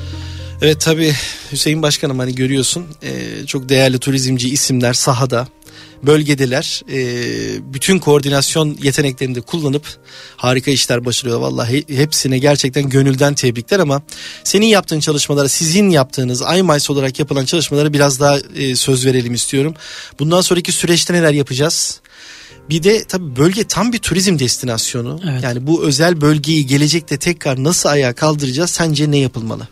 Speaker 3: Evet tabii Hüseyin Başkanım, hani görüyorsun çok değerli turizmci isimler sahada. bölgedeler. Bütün koordinasyon yeteneklerini de kullanıp harika işler başarıyor. Vallahi hepsine gerçekten gönülden tebrikler ama senin yaptığın çalışmalara, sizin yaptığınız IMICE olarak yapılan çalışmalara biraz daha söz verelim istiyorum. Bundan sonraki süreçte neler yapacağız? Bir de tabii bölge tam bir turizm destinasyonu. Evet. Yani bu özel bölgeyi gelecekte tekrar nasıl ayağa kaldıracağız? Sence ne yapılmalı?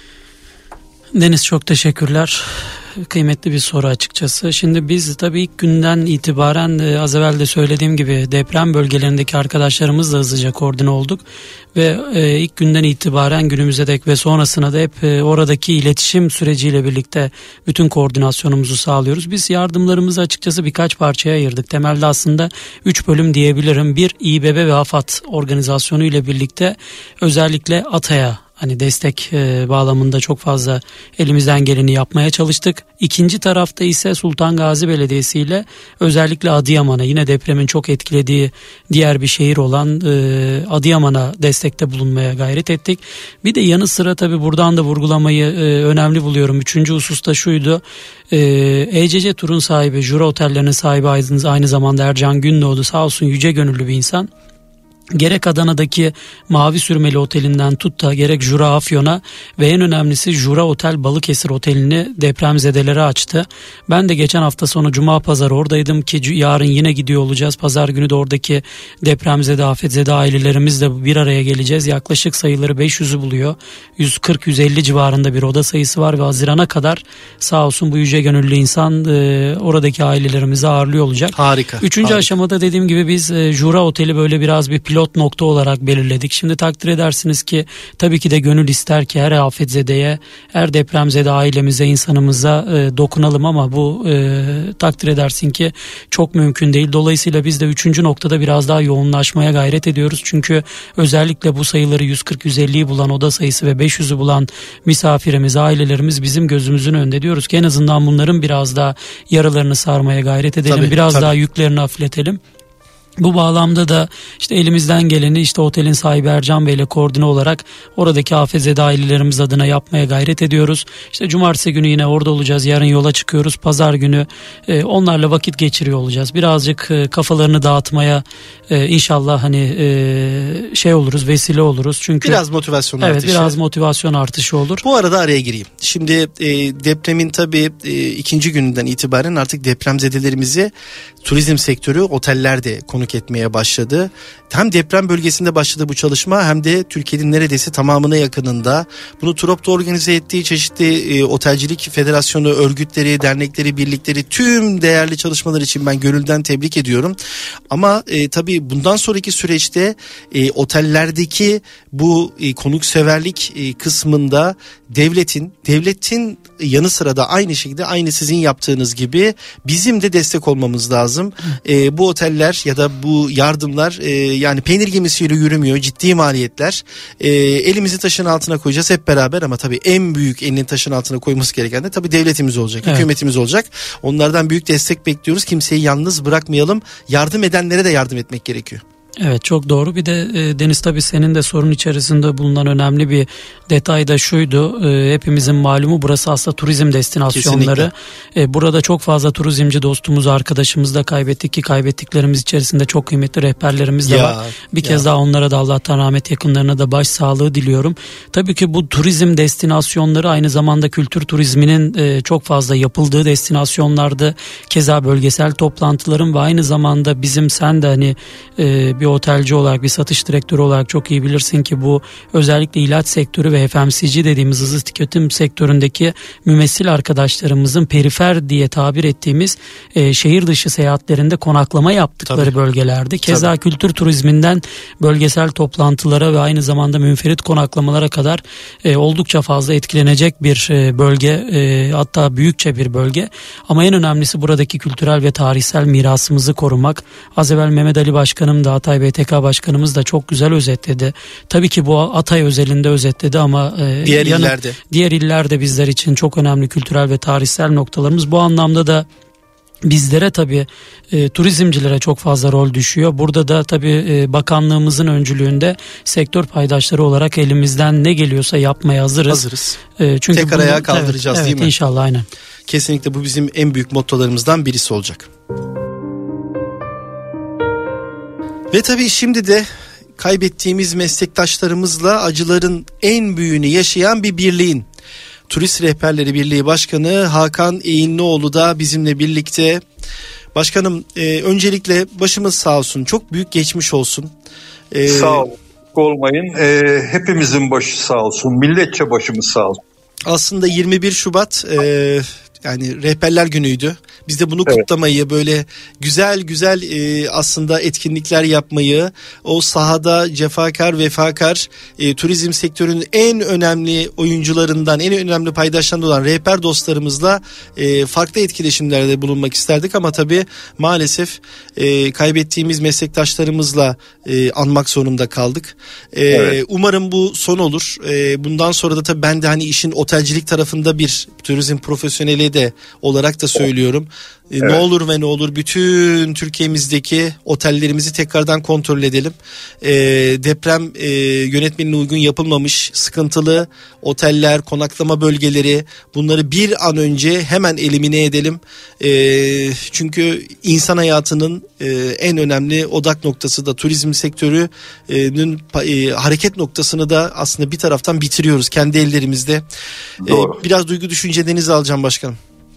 Speaker 4: Deniz, çok teşekkürler. Kıymetli bir soru açıkçası. Şimdi biz tabii ilk günden itibaren az evvel de söylediğim gibi deprem bölgelerindeki arkadaşlarımızla hızlıca koordine olduk. Ve ilk günden itibaren günümüze dek ve sonrasına da hep oradaki iletişim süreciyle birlikte bütün koordinasyonumuzu sağlıyoruz. Biz yardımlarımızı açıkçası birkaç parçaya ayırdık. Temelde aslında 3 bölüm diyebilirim. Bir, İBB ve AFAD organizasyonu ile birlikte özellikle ATA'ya destek bağlamında çok fazla elimizden geleni yapmaya çalıştık. İkinci tarafta ise Sultan Gazi Belediyesi ile özellikle Adıyaman'a, yine depremin çok etkilediği diğer bir şehir olan Adıyaman'a destekte bulunmaya gayret ettik. Bir de yanı sıra tabii buradan da vurgulamayı önemli buluyorum. Üçüncü husus da şuydu. ECC Tur'un sahibi, Jura Otellerinin sahibi aynı zamanda Ercan Gündoğdu, sağ olsun yüce gönüllü bir insan. Gerek Adana'daki Mavi Sürmeli Oteli'nden tut da gerek Jura Afyon'a ve en önemlisi Jura Otel Balıkesir Oteli'ni depremzedelere açtı. Ben de geçen hafta sonu Cuma Pazarı oradaydım ki yarın yine gidiyor olacağız. Pazar günü de oradaki depremzede, afetzede ailelerimizle bir araya geleceğiz. Yaklaşık sayıları 500'ü buluyor. 140-150 civarında bir oda sayısı var ve Haziran'a kadar sağ olsun bu yüce gönüllü insan oradaki ailelerimizi ağırlıyor olacak.
Speaker 3: Harika.
Speaker 4: Üçüncü aşamada dediğim gibi biz Jura Oteli böyle biraz bir pilot nokta olarak belirledik. Şimdi takdir edersiniz ki tabii ki de gönül ister ki her afetzedeye, her depremzede ailemize, insanımıza dokunalım ama bu takdir edersin ki çok mümkün değil. Dolayısıyla biz de üçüncü noktada biraz daha yoğunlaşmaya gayret ediyoruz. Çünkü özellikle bu sayıları 140-150'yi bulan oda sayısı ve 500'ü bulan misafirimiz, ailelerimiz bizim gözümüzün önünde, diyoruz ki en azından bunların biraz daha yaralarını sarmaya gayret edelim. Tabii, biraz daha yüklerini hafifletelim. Bu bağlamda da işte elimizden geleni otelin sahibi Ercan Bey ile koordine olarak oradaki afetzede ailelerimiz adına yapmaya gayret ediyoruz. Cumartesi günü yine orada olacağız. Yarın yola çıkıyoruz. Pazar günü onlarla vakit geçiriyor olacağız. Birazcık kafalarını dağıtmaya inşallah oluruz, vesile oluruz. Çünkü
Speaker 3: biraz motivasyon artışı.
Speaker 4: Evet, biraz motivasyon artışı olur.
Speaker 3: Bu arada araya gireyim. Şimdi depremin tabii ikinci gününden itibaren artık depremzedelerimizi turizm sektörü, oteller de konuk etmeye başladı. Hem deprem bölgesinde başladı bu çalışma hem de Türkiye'nin neredeyse tamamına yakınında. Bunu TUROP'ta organize ettiği çeşitli otelcilik federasyonu, örgütleri, dernekleri, birlikleri, tüm değerli çalışmalar için ben gönülden tebrik ediyorum. Ama tabii bundan sonraki süreçte otellerdeki bu konukseverlik kısmında devletin yanı sıra da aynı şekilde aynı sizin yaptığınız gibi bizim de destek olmamız lazım. Bu oteller ya da bu yardımlar yani peynir gemisiyle yürümüyor, ciddi maliyetler. Elimizi taşın altına koyacağız hep beraber ama tabii en büyük elini taşın altına koyması gereken de tabii devletimiz olacak, evet, hükümetimiz olacak. Onlardan büyük destek bekliyoruz. Kimseyi yalnız bırakmayalım. Yardım edenlere de yardım etmek gerekiyor.
Speaker 4: Evet, çok doğru. Bir de Deniz, tabii senin de sorun içerisinde bulunan önemli bir detay da şuydu. Hepimizin malumu burası aslında turizm destinasyonları. Burada çok fazla turizmci dostumuz, arkadaşımız da kaybettik ki kaybettiklerimiz içerisinde çok kıymetli rehberlerimiz de var. Bir kez daha onlara da Allah'tan rahmet, yakınlarına da başsağlığı diliyorum. Tabii ki bu turizm destinasyonları aynı zamanda kültür turizminin çok fazla yapıldığı destinasyonlardı. Keza bölgesel toplantıların ve aynı zamanda bizim, sen de bir otelci olarak, bir satış direktörü olarak çok iyi bilirsin ki bu özellikle ilaç sektörü ve FMCG dediğimiz hızlı tüketim sektöründeki mümessil arkadaşlarımızın perifer diye tabir ettiğimiz şehir dışı seyahatlerinde konaklama yaptıkları bölgelerde. Keza kültür turizminden bölgesel toplantılara ve aynı zamanda münferit konaklamalara kadar oldukça fazla etkilenecek bir bölge, hatta büyükçe bir bölge. Ama en önemlisi buradaki kültürel ve tarihsel mirasımızı korumak. Az evvel Mehmet Ali Başkanım da, Hatay BTK Başkanımız da çok güzel özetledi. Tabii ki bu Hatay özelinde özetledi ama diğer illerde bizler için çok önemli kültürel ve tarihsel noktalarımız. Bu anlamda da bizlere tabii turizmcilere çok fazla rol düşüyor. Burada da tabii bakanlığımızın öncülüğünde sektör paydaşları olarak elimizden ne geliyorsa yapmaya hazırız.
Speaker 3: Çünkü tek ayağa kaldıracağız, değil mi?
Speaker 4: İnşallah, aynen.
Speaker 3: Kesinlikle bu bizim en büyük mottolarımızdan birisi olacak. Ve tabii şimdi de kaybettiğimiz meslektaşlarımızla acıların en büyüğünü yaşayan bir birliğin, Turist Rehberleri Birliği Başkanı Hakan Eğinlioğlu da bizimle birlikte. Başkanım, öncelikle başımız sağ olsun, çok büyük geçmiş olsun.
Speaker 9: Sağ olmayın, hepimizin başı sağ olsun, milletçe başımız sağ olsun.
Speaker 3: Aslında 21 Şubat yani Rehberler Günü'ydü. Biz de bunu kutlamayı, böyle güzel aslında etkinlikler yapmayı, o sahada cefakar, vefakar, turizm sektörünün en önemli oyuncularından, en önemli paydaşlarından olan rehber dostlarımızla farklı etkileşimlerde bulunmak isterdik. Ama tabii maalesef kaybettiğimiz meslektaşlarımızla anmak zorunda kaldık. Umarım bu son olur. Bundan sonra da tabii ben de hani işin otelcilik tarafında bir turizm profesyoneli de olarak da söylüyorum. Ne olur ve ne olur bütün Türkiye'mizdeki otellerimizi tekrardan kontrol edelim. Deprem yönetmeliğine uygun yapılmamış sıkıntılı oteller, konaklama bölgeleri, bunları bir an önce hemen elimine edelim. Çünkü insan hayatının en önemli odak noktası da turizm sektörünün hareket noktasını da aslında bir taraftan bitiriyoruz kendi ellerimizde. Biraz duygu düşüncelerinizi alacağım başkanım.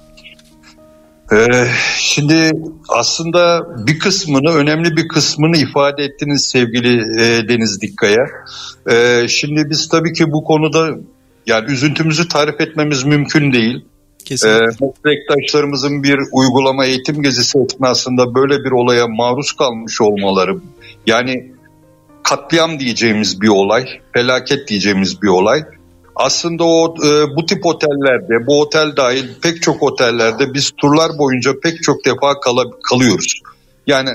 Speaker 9: Şimdi aslında bir kısmını, önemli bir kısmını ifade ettiniz sevgili Deniz Dikkaya. Şimdi biz tabii ki bu konuda yani üzüntümüzü tarif etmemiz mümkün değil. Meslektaşlarımızın bir uygulama eğitim gezisi esnasında böyle bir olaya maruz kalmış olmaları, yani katliam diyeceğimiz bir olay, felaket diyeceğimiz bir olay. Aslında bu tip otellerde, bu otel dahil pek çok otellerde biz turlar boyunca pek çok defa kalıyoruz. Yani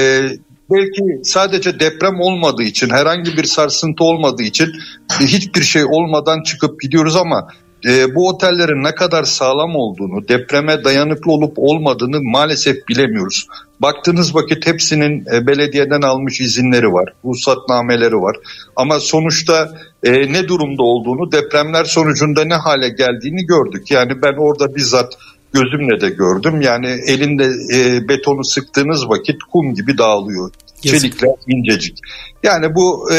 Speaker 9: belki sadece deprem olmadığı için, herhangi bir sarsıntı olmadığı için hiçbir şey olmadan çıkıp gidiyoruz ama bu otellerin ne kadar sağlam olduğunu, depreme dayanıklı olup olmadığını maalesef bilemiyoruz. Baktığınız vakit hepsinin belediyeden almış izinleri var, ruhsatnameleri var. Ama sonuçta ne durumda olduğunu, depremler sonucunda ne hale geldiğini gördük. Yani ben orada bizzat gözümle de gördüm. Yani elinde betonu sıktığınız vakit kum gibi dağılıyor. Çelikler incecik. Yani bu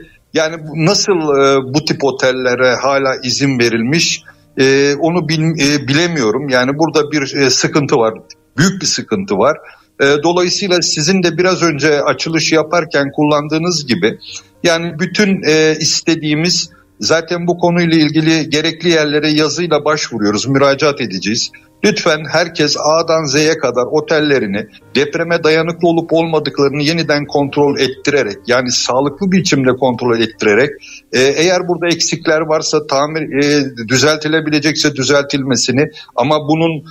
Speaker 9: nasıl bu tip otellere hala izin verilmiş onu bilemiyorum. Yani burada bir sıkıntı var. Büyük bir sıkıntı var. Dolayısıyla sizin de biraz önce açılış yaparken kullandığınız gibi yani bütün istediğimiz, zaten bu konuyla ilgili gerekli yerlere yazıyla başvuruyoruz, müracaat edeceğiz. Lütfen herkes A'dan Z'ye kadar otellerini depreme dayanıklı olup olmadıklarını yeniden kontrol ettirerek, yani sağlıklı bir biçimde kontrol ettirerek, eğer burada eksikler varsa düzeltilebilecekse düzeltilmesini, ama bunun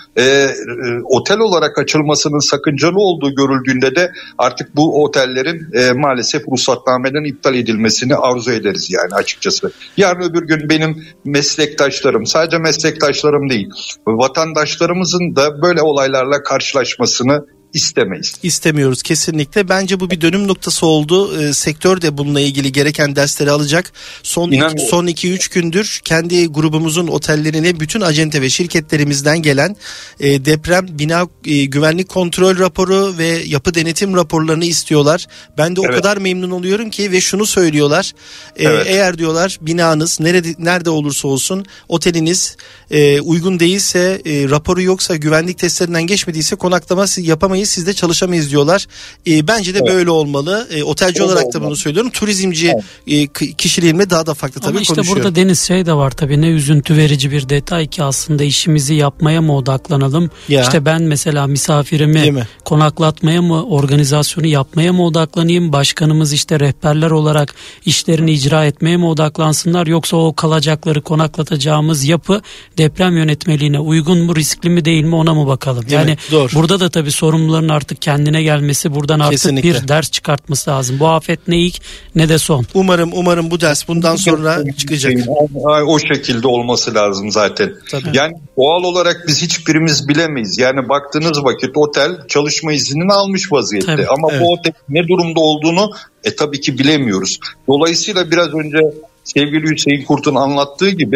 Speaker 9: otel olarak açılmasının sakıncalı olduğu görüldüğünde de artık bu otellerin maalesef ruhsatnameden iptal edilmesini arzu ederiz yani açıkçası. Yarın öbür gün benim meslektaşlarım, sadece meslektaşlarım değil, vatandaşlarımızın da böyle olaylarla karşılaşmasını istemeyiz.
Speaker 3: İstemiyoruz kesinlikle. Bence bu bir dönüm noktası oldu. Sektör de bununla ilgili gereken dersleri alacak. Son 2-3 gündür kendi grubumuzun otellerine bütün acente ve şirketlerimizden gelen deprem bina güvenlik kontrol raporu ve yapı denetim raporlarını istiyorlar. Ben de o kadar memnun oluyorum ki ve şunu söylüyorlar. Eğer diyorlar binanız nerede olursa olsun oteliniz uygun değilse, raporu yoksa, güvenlik testlerinden geçmediyse konaklama yapamayız, siz de çalışamayız diyorlar. Bence de böyle olmalı. Otelci olarak da bunu söylüyorum. Turizmci kişiliğimle daha da farklı tabii konuşuyorum.
Speaker 4: Ama işte burada Deniz de var tabii, ne üzüntü verici bir detay ki aslında işimizi yapmaya mı odaklanalım? Ya. İşte ben mesela misafirimi konaklatmaya mı, organizasyonu yapmaya mı odaklanayım? Başkanımız işte rehberler olarak işlerini icra etmeye mi odaklansınlar? Yoksa o kalacakları konaklatacağımız yapı deprem yönetmeliğine uygun mu, riskli mi değil mi, ona mı bakalım? Yani burada da tabii sorumluların artık kendine gelmesi, buradan artık bir ders çıkartması lazım. Bu afet ne ilk ne de son.
Speaker 3: Umarım bu ders bundan sonra çıkacak.
Speaker 9: O şekilde olması lazım zaten. Tabii. Yani doğal olarak biz hiçbirimiz bilemeyiz. Yani baktığınız vakit otel çalışma iznini almış vaziyette. Tabii. Ama bu otel ne durumda olduğunu tabii ki bilemiyoruz. Dolayısıyla biraz önce sevgili Hüseyin Kurt'un anlattığı gibi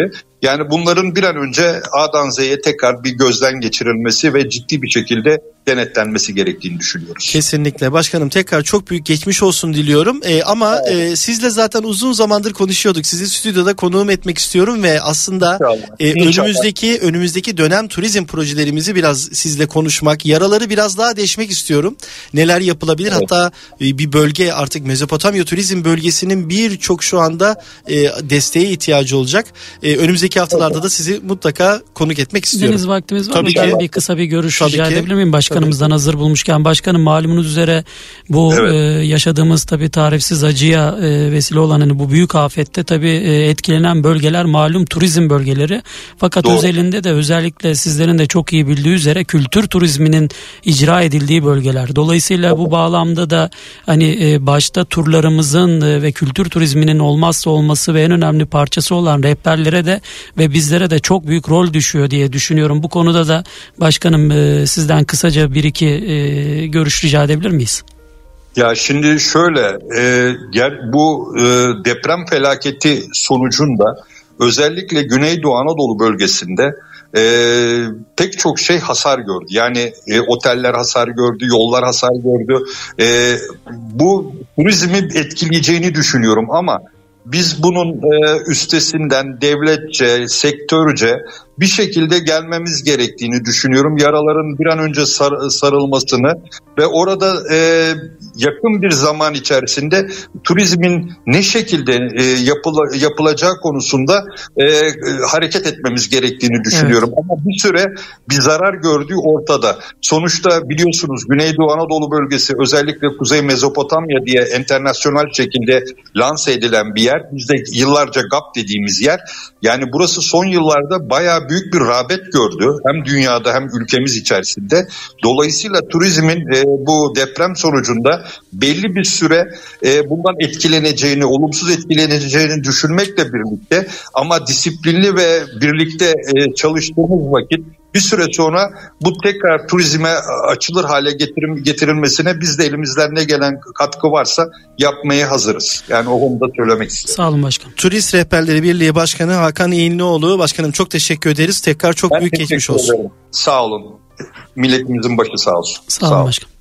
Speaker 9: Yani bunların bir an önce A'dan Z'ye tekrar bir gözden geçirilmesi ve ciddi bir şekilde denetlenmesi gerektiğini düşünüyoruz.
Speaker 3: Kesinlikle başkanım, tekrar çok büyük geçmiş olsun diliyorum. Ama sizle zaten uzun zamandır konuşuyorduk. Sizi stüdyoda konuğum etmek istiyorum ve aslında önümüzdeki dönem turizm projelerimizi biraz sizle konuşmak, yaraları biraz daha deşmek istiyorum. Neler yapılabilir? Evet. Hatta bir bölge, artık Mezopotamya turizm bölgesinin birçok şu anda desteğe ihtiyacı olacak. Önümüzdeki haftalarda da sizi mutlaka konuk etmek istiyorum.
Speaker 4: Deniz, vaktimiz var mı? Bir kısa bir görüş rica edebilir miyim başkanımızdan, hazır bulmuşken? Başkanım, malumunuz üzere bu yaşadığımız tabii tarifsiz acıya vesile olan hani bu büyük afette tabii etkilenen bölgeler malum turizm bölgeleri. Fakat özelinde de özellikle sizlerin de çok iyi bildiği üzere kültür turizminin icra edildiği bölgeler. Dolayısıyla bu bağlamda da hani başta turlarımızın ve kültür turizminin olmazsa olması ve en önemli parçası olan rehberlere de ve bizlere de çok büyük rol düşüyor diye düşünüyorum. Bu konuda da başkanım sizden kısaca bir iki görüş rica edebilir miyiz?
Speaker 9: Ya şimdi şöyle, bu deprem felaketi sonucunda özellikle Güneydoğu Anadolu bölgesinde pek çok şey hasar gördü. Yani oteller hasar gördü, yollar hasar gördü. Bu turizmi etkileyeceğini düşünüyorum ama biz bunun üstesinden devletçe, sektörce bir şekilde gelmemiz gerektiğini düşünüyorum. Yaraların bir an önce sarılmasını ve orada yakın bir zaman içerisinde turizmin ne şekilde yapılacağı konusunda hareket etmemiz gerektiğini düşünüyorum. Evet. Ama bir süre bir zarar gördüğü ortada. Sonuçta biliyorsunuz Güneydoğu Anadolu bölgesi, özellikle Kuzey Mezopotamya diye internasyonel şekilde lanse edilen bir yer. Bizde yıllarca GAP dediğimiz yer. Yani burası son yıllarda bayağı büyük bir rağbet gördü. Hem dünyada hem ülkemiz içerisinde. Dolayısıyla turizmin bu deprem sonucunda belli bir süre bundan etkileneceğini, olumsuz etkileneceğini düşünmekle birlikte ama disiplinli ve birlikte çalıştığımız vakit bir süre sonra bu tekrar turizme açılır hale getirilmesine biz de elimizden ne gelen katkı varsa yapmaya hazırız. Yani o konuda söylemek istiyorum.
Speaker 4: Sağ olun başkanım.
Speaker 3: Turist Rehberleri Birliği Başkanı Hakan İğnlioğlu. Başkanım çok teşekkür ederiz. Tekrar çok büyük geçmiş olsun.
Speaker 9: Ederim. Sağ olun. Milletimizin başı sağ olsun.
Speaker 4: Sağ olun başkanım.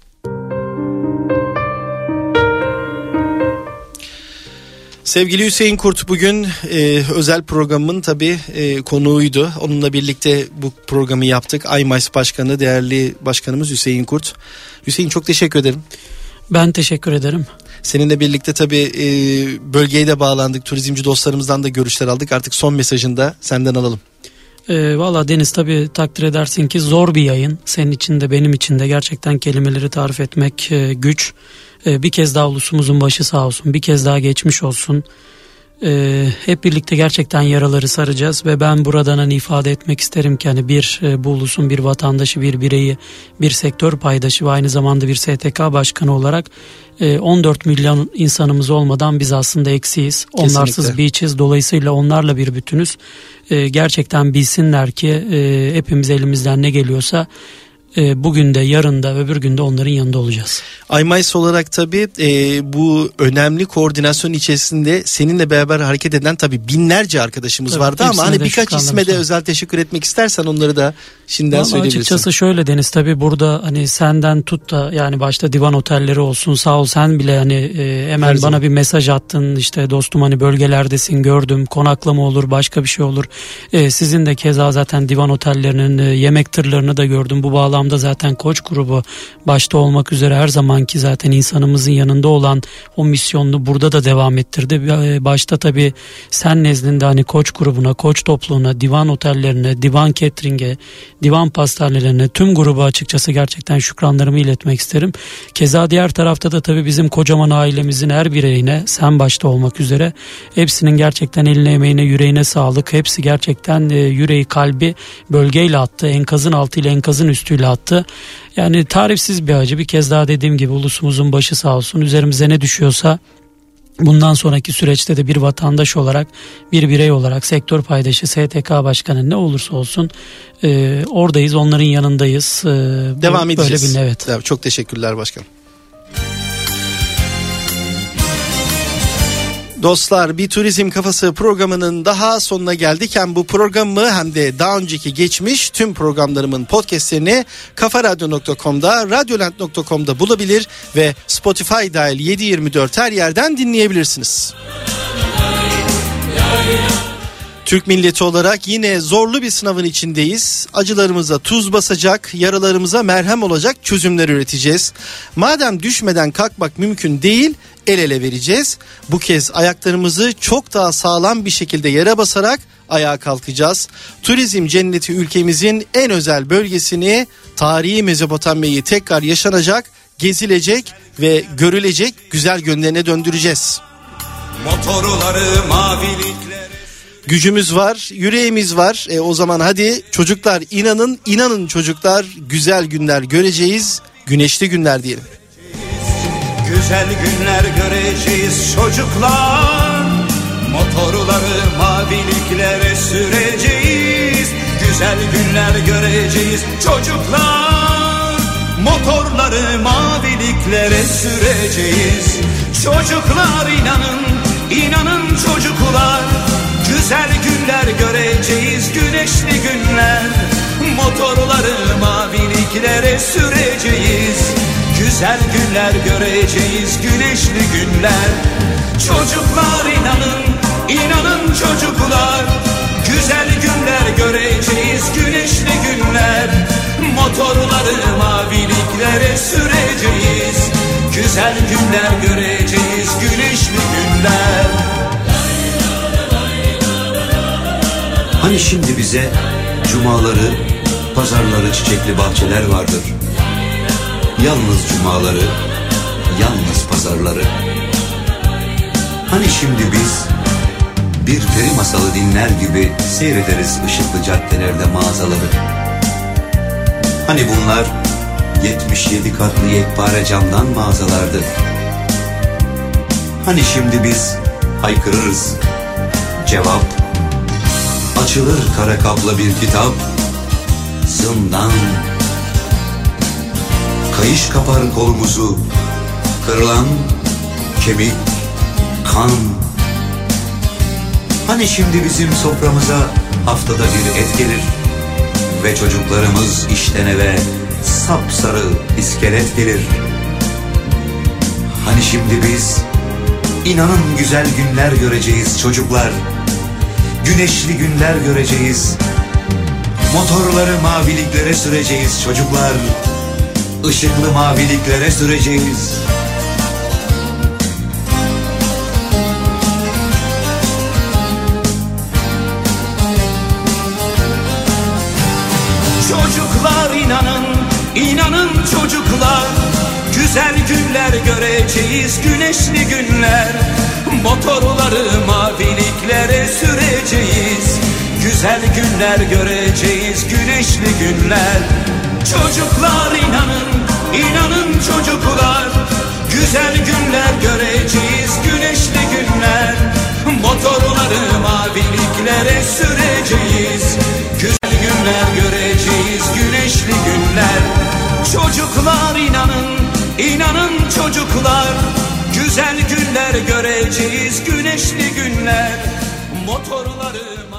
Speaker 3: Sevgili Hüseyin Kurt bugün özel programın tabii konuğuydu. Onunla birlikte bu programı yaptık. IMAIS Başkanı, değerli başkanımız Hüseyin Kurt. Hüseyin, çok teşekkür ederim.
Speaker 4: Ben teşekkür ederim.
Speaker 3: Seninle birlikte tabii bölgeye de bağlandık. Turizmci dostlarımızdan da görüşler aldık. Artık son mesajını da senden alalım.
Speaker 4: Valla Deniz, tabii takdir edersin ki zor bir yayın. Senin için de benim için de gerçekten kelimeleri tarif etmek güç. Bir kez daha ulusumuzun başı sağ olsun. Bir kez daha geçmiş olsun. Hep birlikte gerçekten yaraları saracağız ve ben buradan hani ifade etmek isterim ki hani bu ulusun bir vatandaşı, bir bireyi, bir sektör paydaşı ve aynı zamanda bir STK başkanı olarak 14 milyon insanımız olmadan biz aslında eksiyiz. Kesinlikle. Onlarsız bir içiz. Dolayısıyla onlarla bir bütünüz. Gerçekten bilsinler ki hepimiz elimizden ne geliyorsa bugün de, yarın da, öbür gün de onların yanında olacağız.
Speaker 3: IMAIS olarak tabii bu önemli koordinasyon içerisinde seninle beraber hareket eden tabii binlerce arkadaşımız vardı ama hani birkaç isme de özel teşekkür etmek istersen onları da şimdiden söyleyebilirsin.
Speaker 4: Açıkçası şöyle Deniz, tabii burada hani senden tut da yani başta divan otelleri olsun, sağ ol sen bile hani hemen bana bir mesaj attın, işte dostum hani bölgelerdesin, gördüm, konaklama olur, başka bir şey olur. Sizin de keza zaten divan otellerinin yemek tırlarını da gördüm. Bu bağlamda zaten Koç grubu başta olmak üzere her zamanki zaten insanımızın yanında olan o misyonunu burada da devam ettirdi. Başta tabii sen nezdinde hani Koç grubuna, Koç topluluğuna, divan otellerine, divan catering'e, divan pastanelerine, tüm gruba açıkçası gerçekten şükranlarımı iletmek isterim. Keza diğer tarafta da tabii bizim kocaman ailemizin her bireyine, sen başta olmak üzere hepsinin gerçekten eline, emeğine, yüreğine sağlık. Hepsi gerçekten yüreği, kalbi bölgeyle attı. Enkazın altıyla, enkazın üstüyle attı. Yani tarifsiz bir acı. Bir kez daha dediğim gibi ulusumuzun başı sağ olsun. Üzerimize ne düşüyorsa bundan sonraki süreçte de bir vatandaş olarak, bir birey olarak, sektör paydaşı, STK başkanı ne olursa olsun oradayız, onların yanındayız.
Speaker 3: Devam edeceğiz.
Speaker 4: Evet.
Speaker 3: Çok teşekkürler başkanım. Dostlar, bir Turizm Kafası programının daha sonuna geldik. Hem bu programı hem de daha önceki geçmiş tüm programlarımın podcastlerini kafaradyo.com'da, radyoland.com'da bulabilir ve Spotify dahil 7/24 her yerden dinleyebilirsiniz. Türk milleti olarak yine zorlu bir sınavın içindeyiz. Acılarımıza tuz basacak, yaralarımıza merhem olacak çözümler üreteceğiz. Madem düşmeden kalkmak mümkün değil, el ele vereceğiz. Bu kez ayaklarımızı çok daha sağlam bir şekilde yere basarak ayağa kalkacağız. Turizm cenneti ülkemizin en özel bölgesini, tarihi Mezopotamya'yı tekrar yaşanacak, gezilecek ve görülecek güzel gönlüne döndüreceğiz.
Speaker 8: Motorları mavilikleri.
Speaker 3: Gücümüz var, yüreğimiz var. O zaman hadi çocuklar inanın çocuklar, güzel günler göreceğiz. Güneşli günler diyelim.
Speaker 8: Güzel günler göreceğiz çocuklar. Motorları maviliklere süreceğiz. Güzel günler göreceğiz çocuklar. Motorları maviliklere süreceğiz. Çocuklar inanın çocuklar. Güzel günler göreceğiz, güneşli günler. Motorları maviliklere süreceğiz. Güzel günler göreceğiz, güneşli günler. Çocuklar inanın çocuklar. Güzel günler göreceğiz, güneşli günler. Motorları maviliklere süreceğiz. Güzel günler göreceğiz, güneşli günler.
Speaker 10: Hani şimdi bize cumaları, pazarları, çiçekli bahçeler vardır. Yalnız cumaları, yalnız pazarları. Hani şimdi biz bir peri masalı dinler gibi seyrederiz ışıklı caddelerde mağazaları. Hani bunlar 77 katlı yekpare camdan mağazalardı. Hani şimdi biz haykırırız, cevap açılır kara kaplı bir kitap, zindan. Kayış kapar kolumuzu, kırılan kemik, kan. Hani şimdi bizim soframıza haftada bir et gelir ve çocuklarımız işten eve sapsarı iskelet gelir. Hani şimdi biz inanın güzel günler göreceğiz çocuklar. Güneşli günler göreceğiz. Motorları maviliklere süreceğiz çocuklar. Işıklı maviliklere süreceğiz.
Speaker 8: Çocuklar inanın çocuklar. Güzel günler göreceğiz, güneşli günler. Motorları maviliklere süreceğiz. Güzel günler göreceğiz, güneşli günler. Çocuklar inanın çocuklar. Güzel günler göreceğiz, güneşli günler. Motorları maviliklere süreceğiz. Güzel günler göreceğiz, güneşli günler. Çocuklar inanın çocuklar. Güzel günler göreceğiz, güneşli günler. Motorları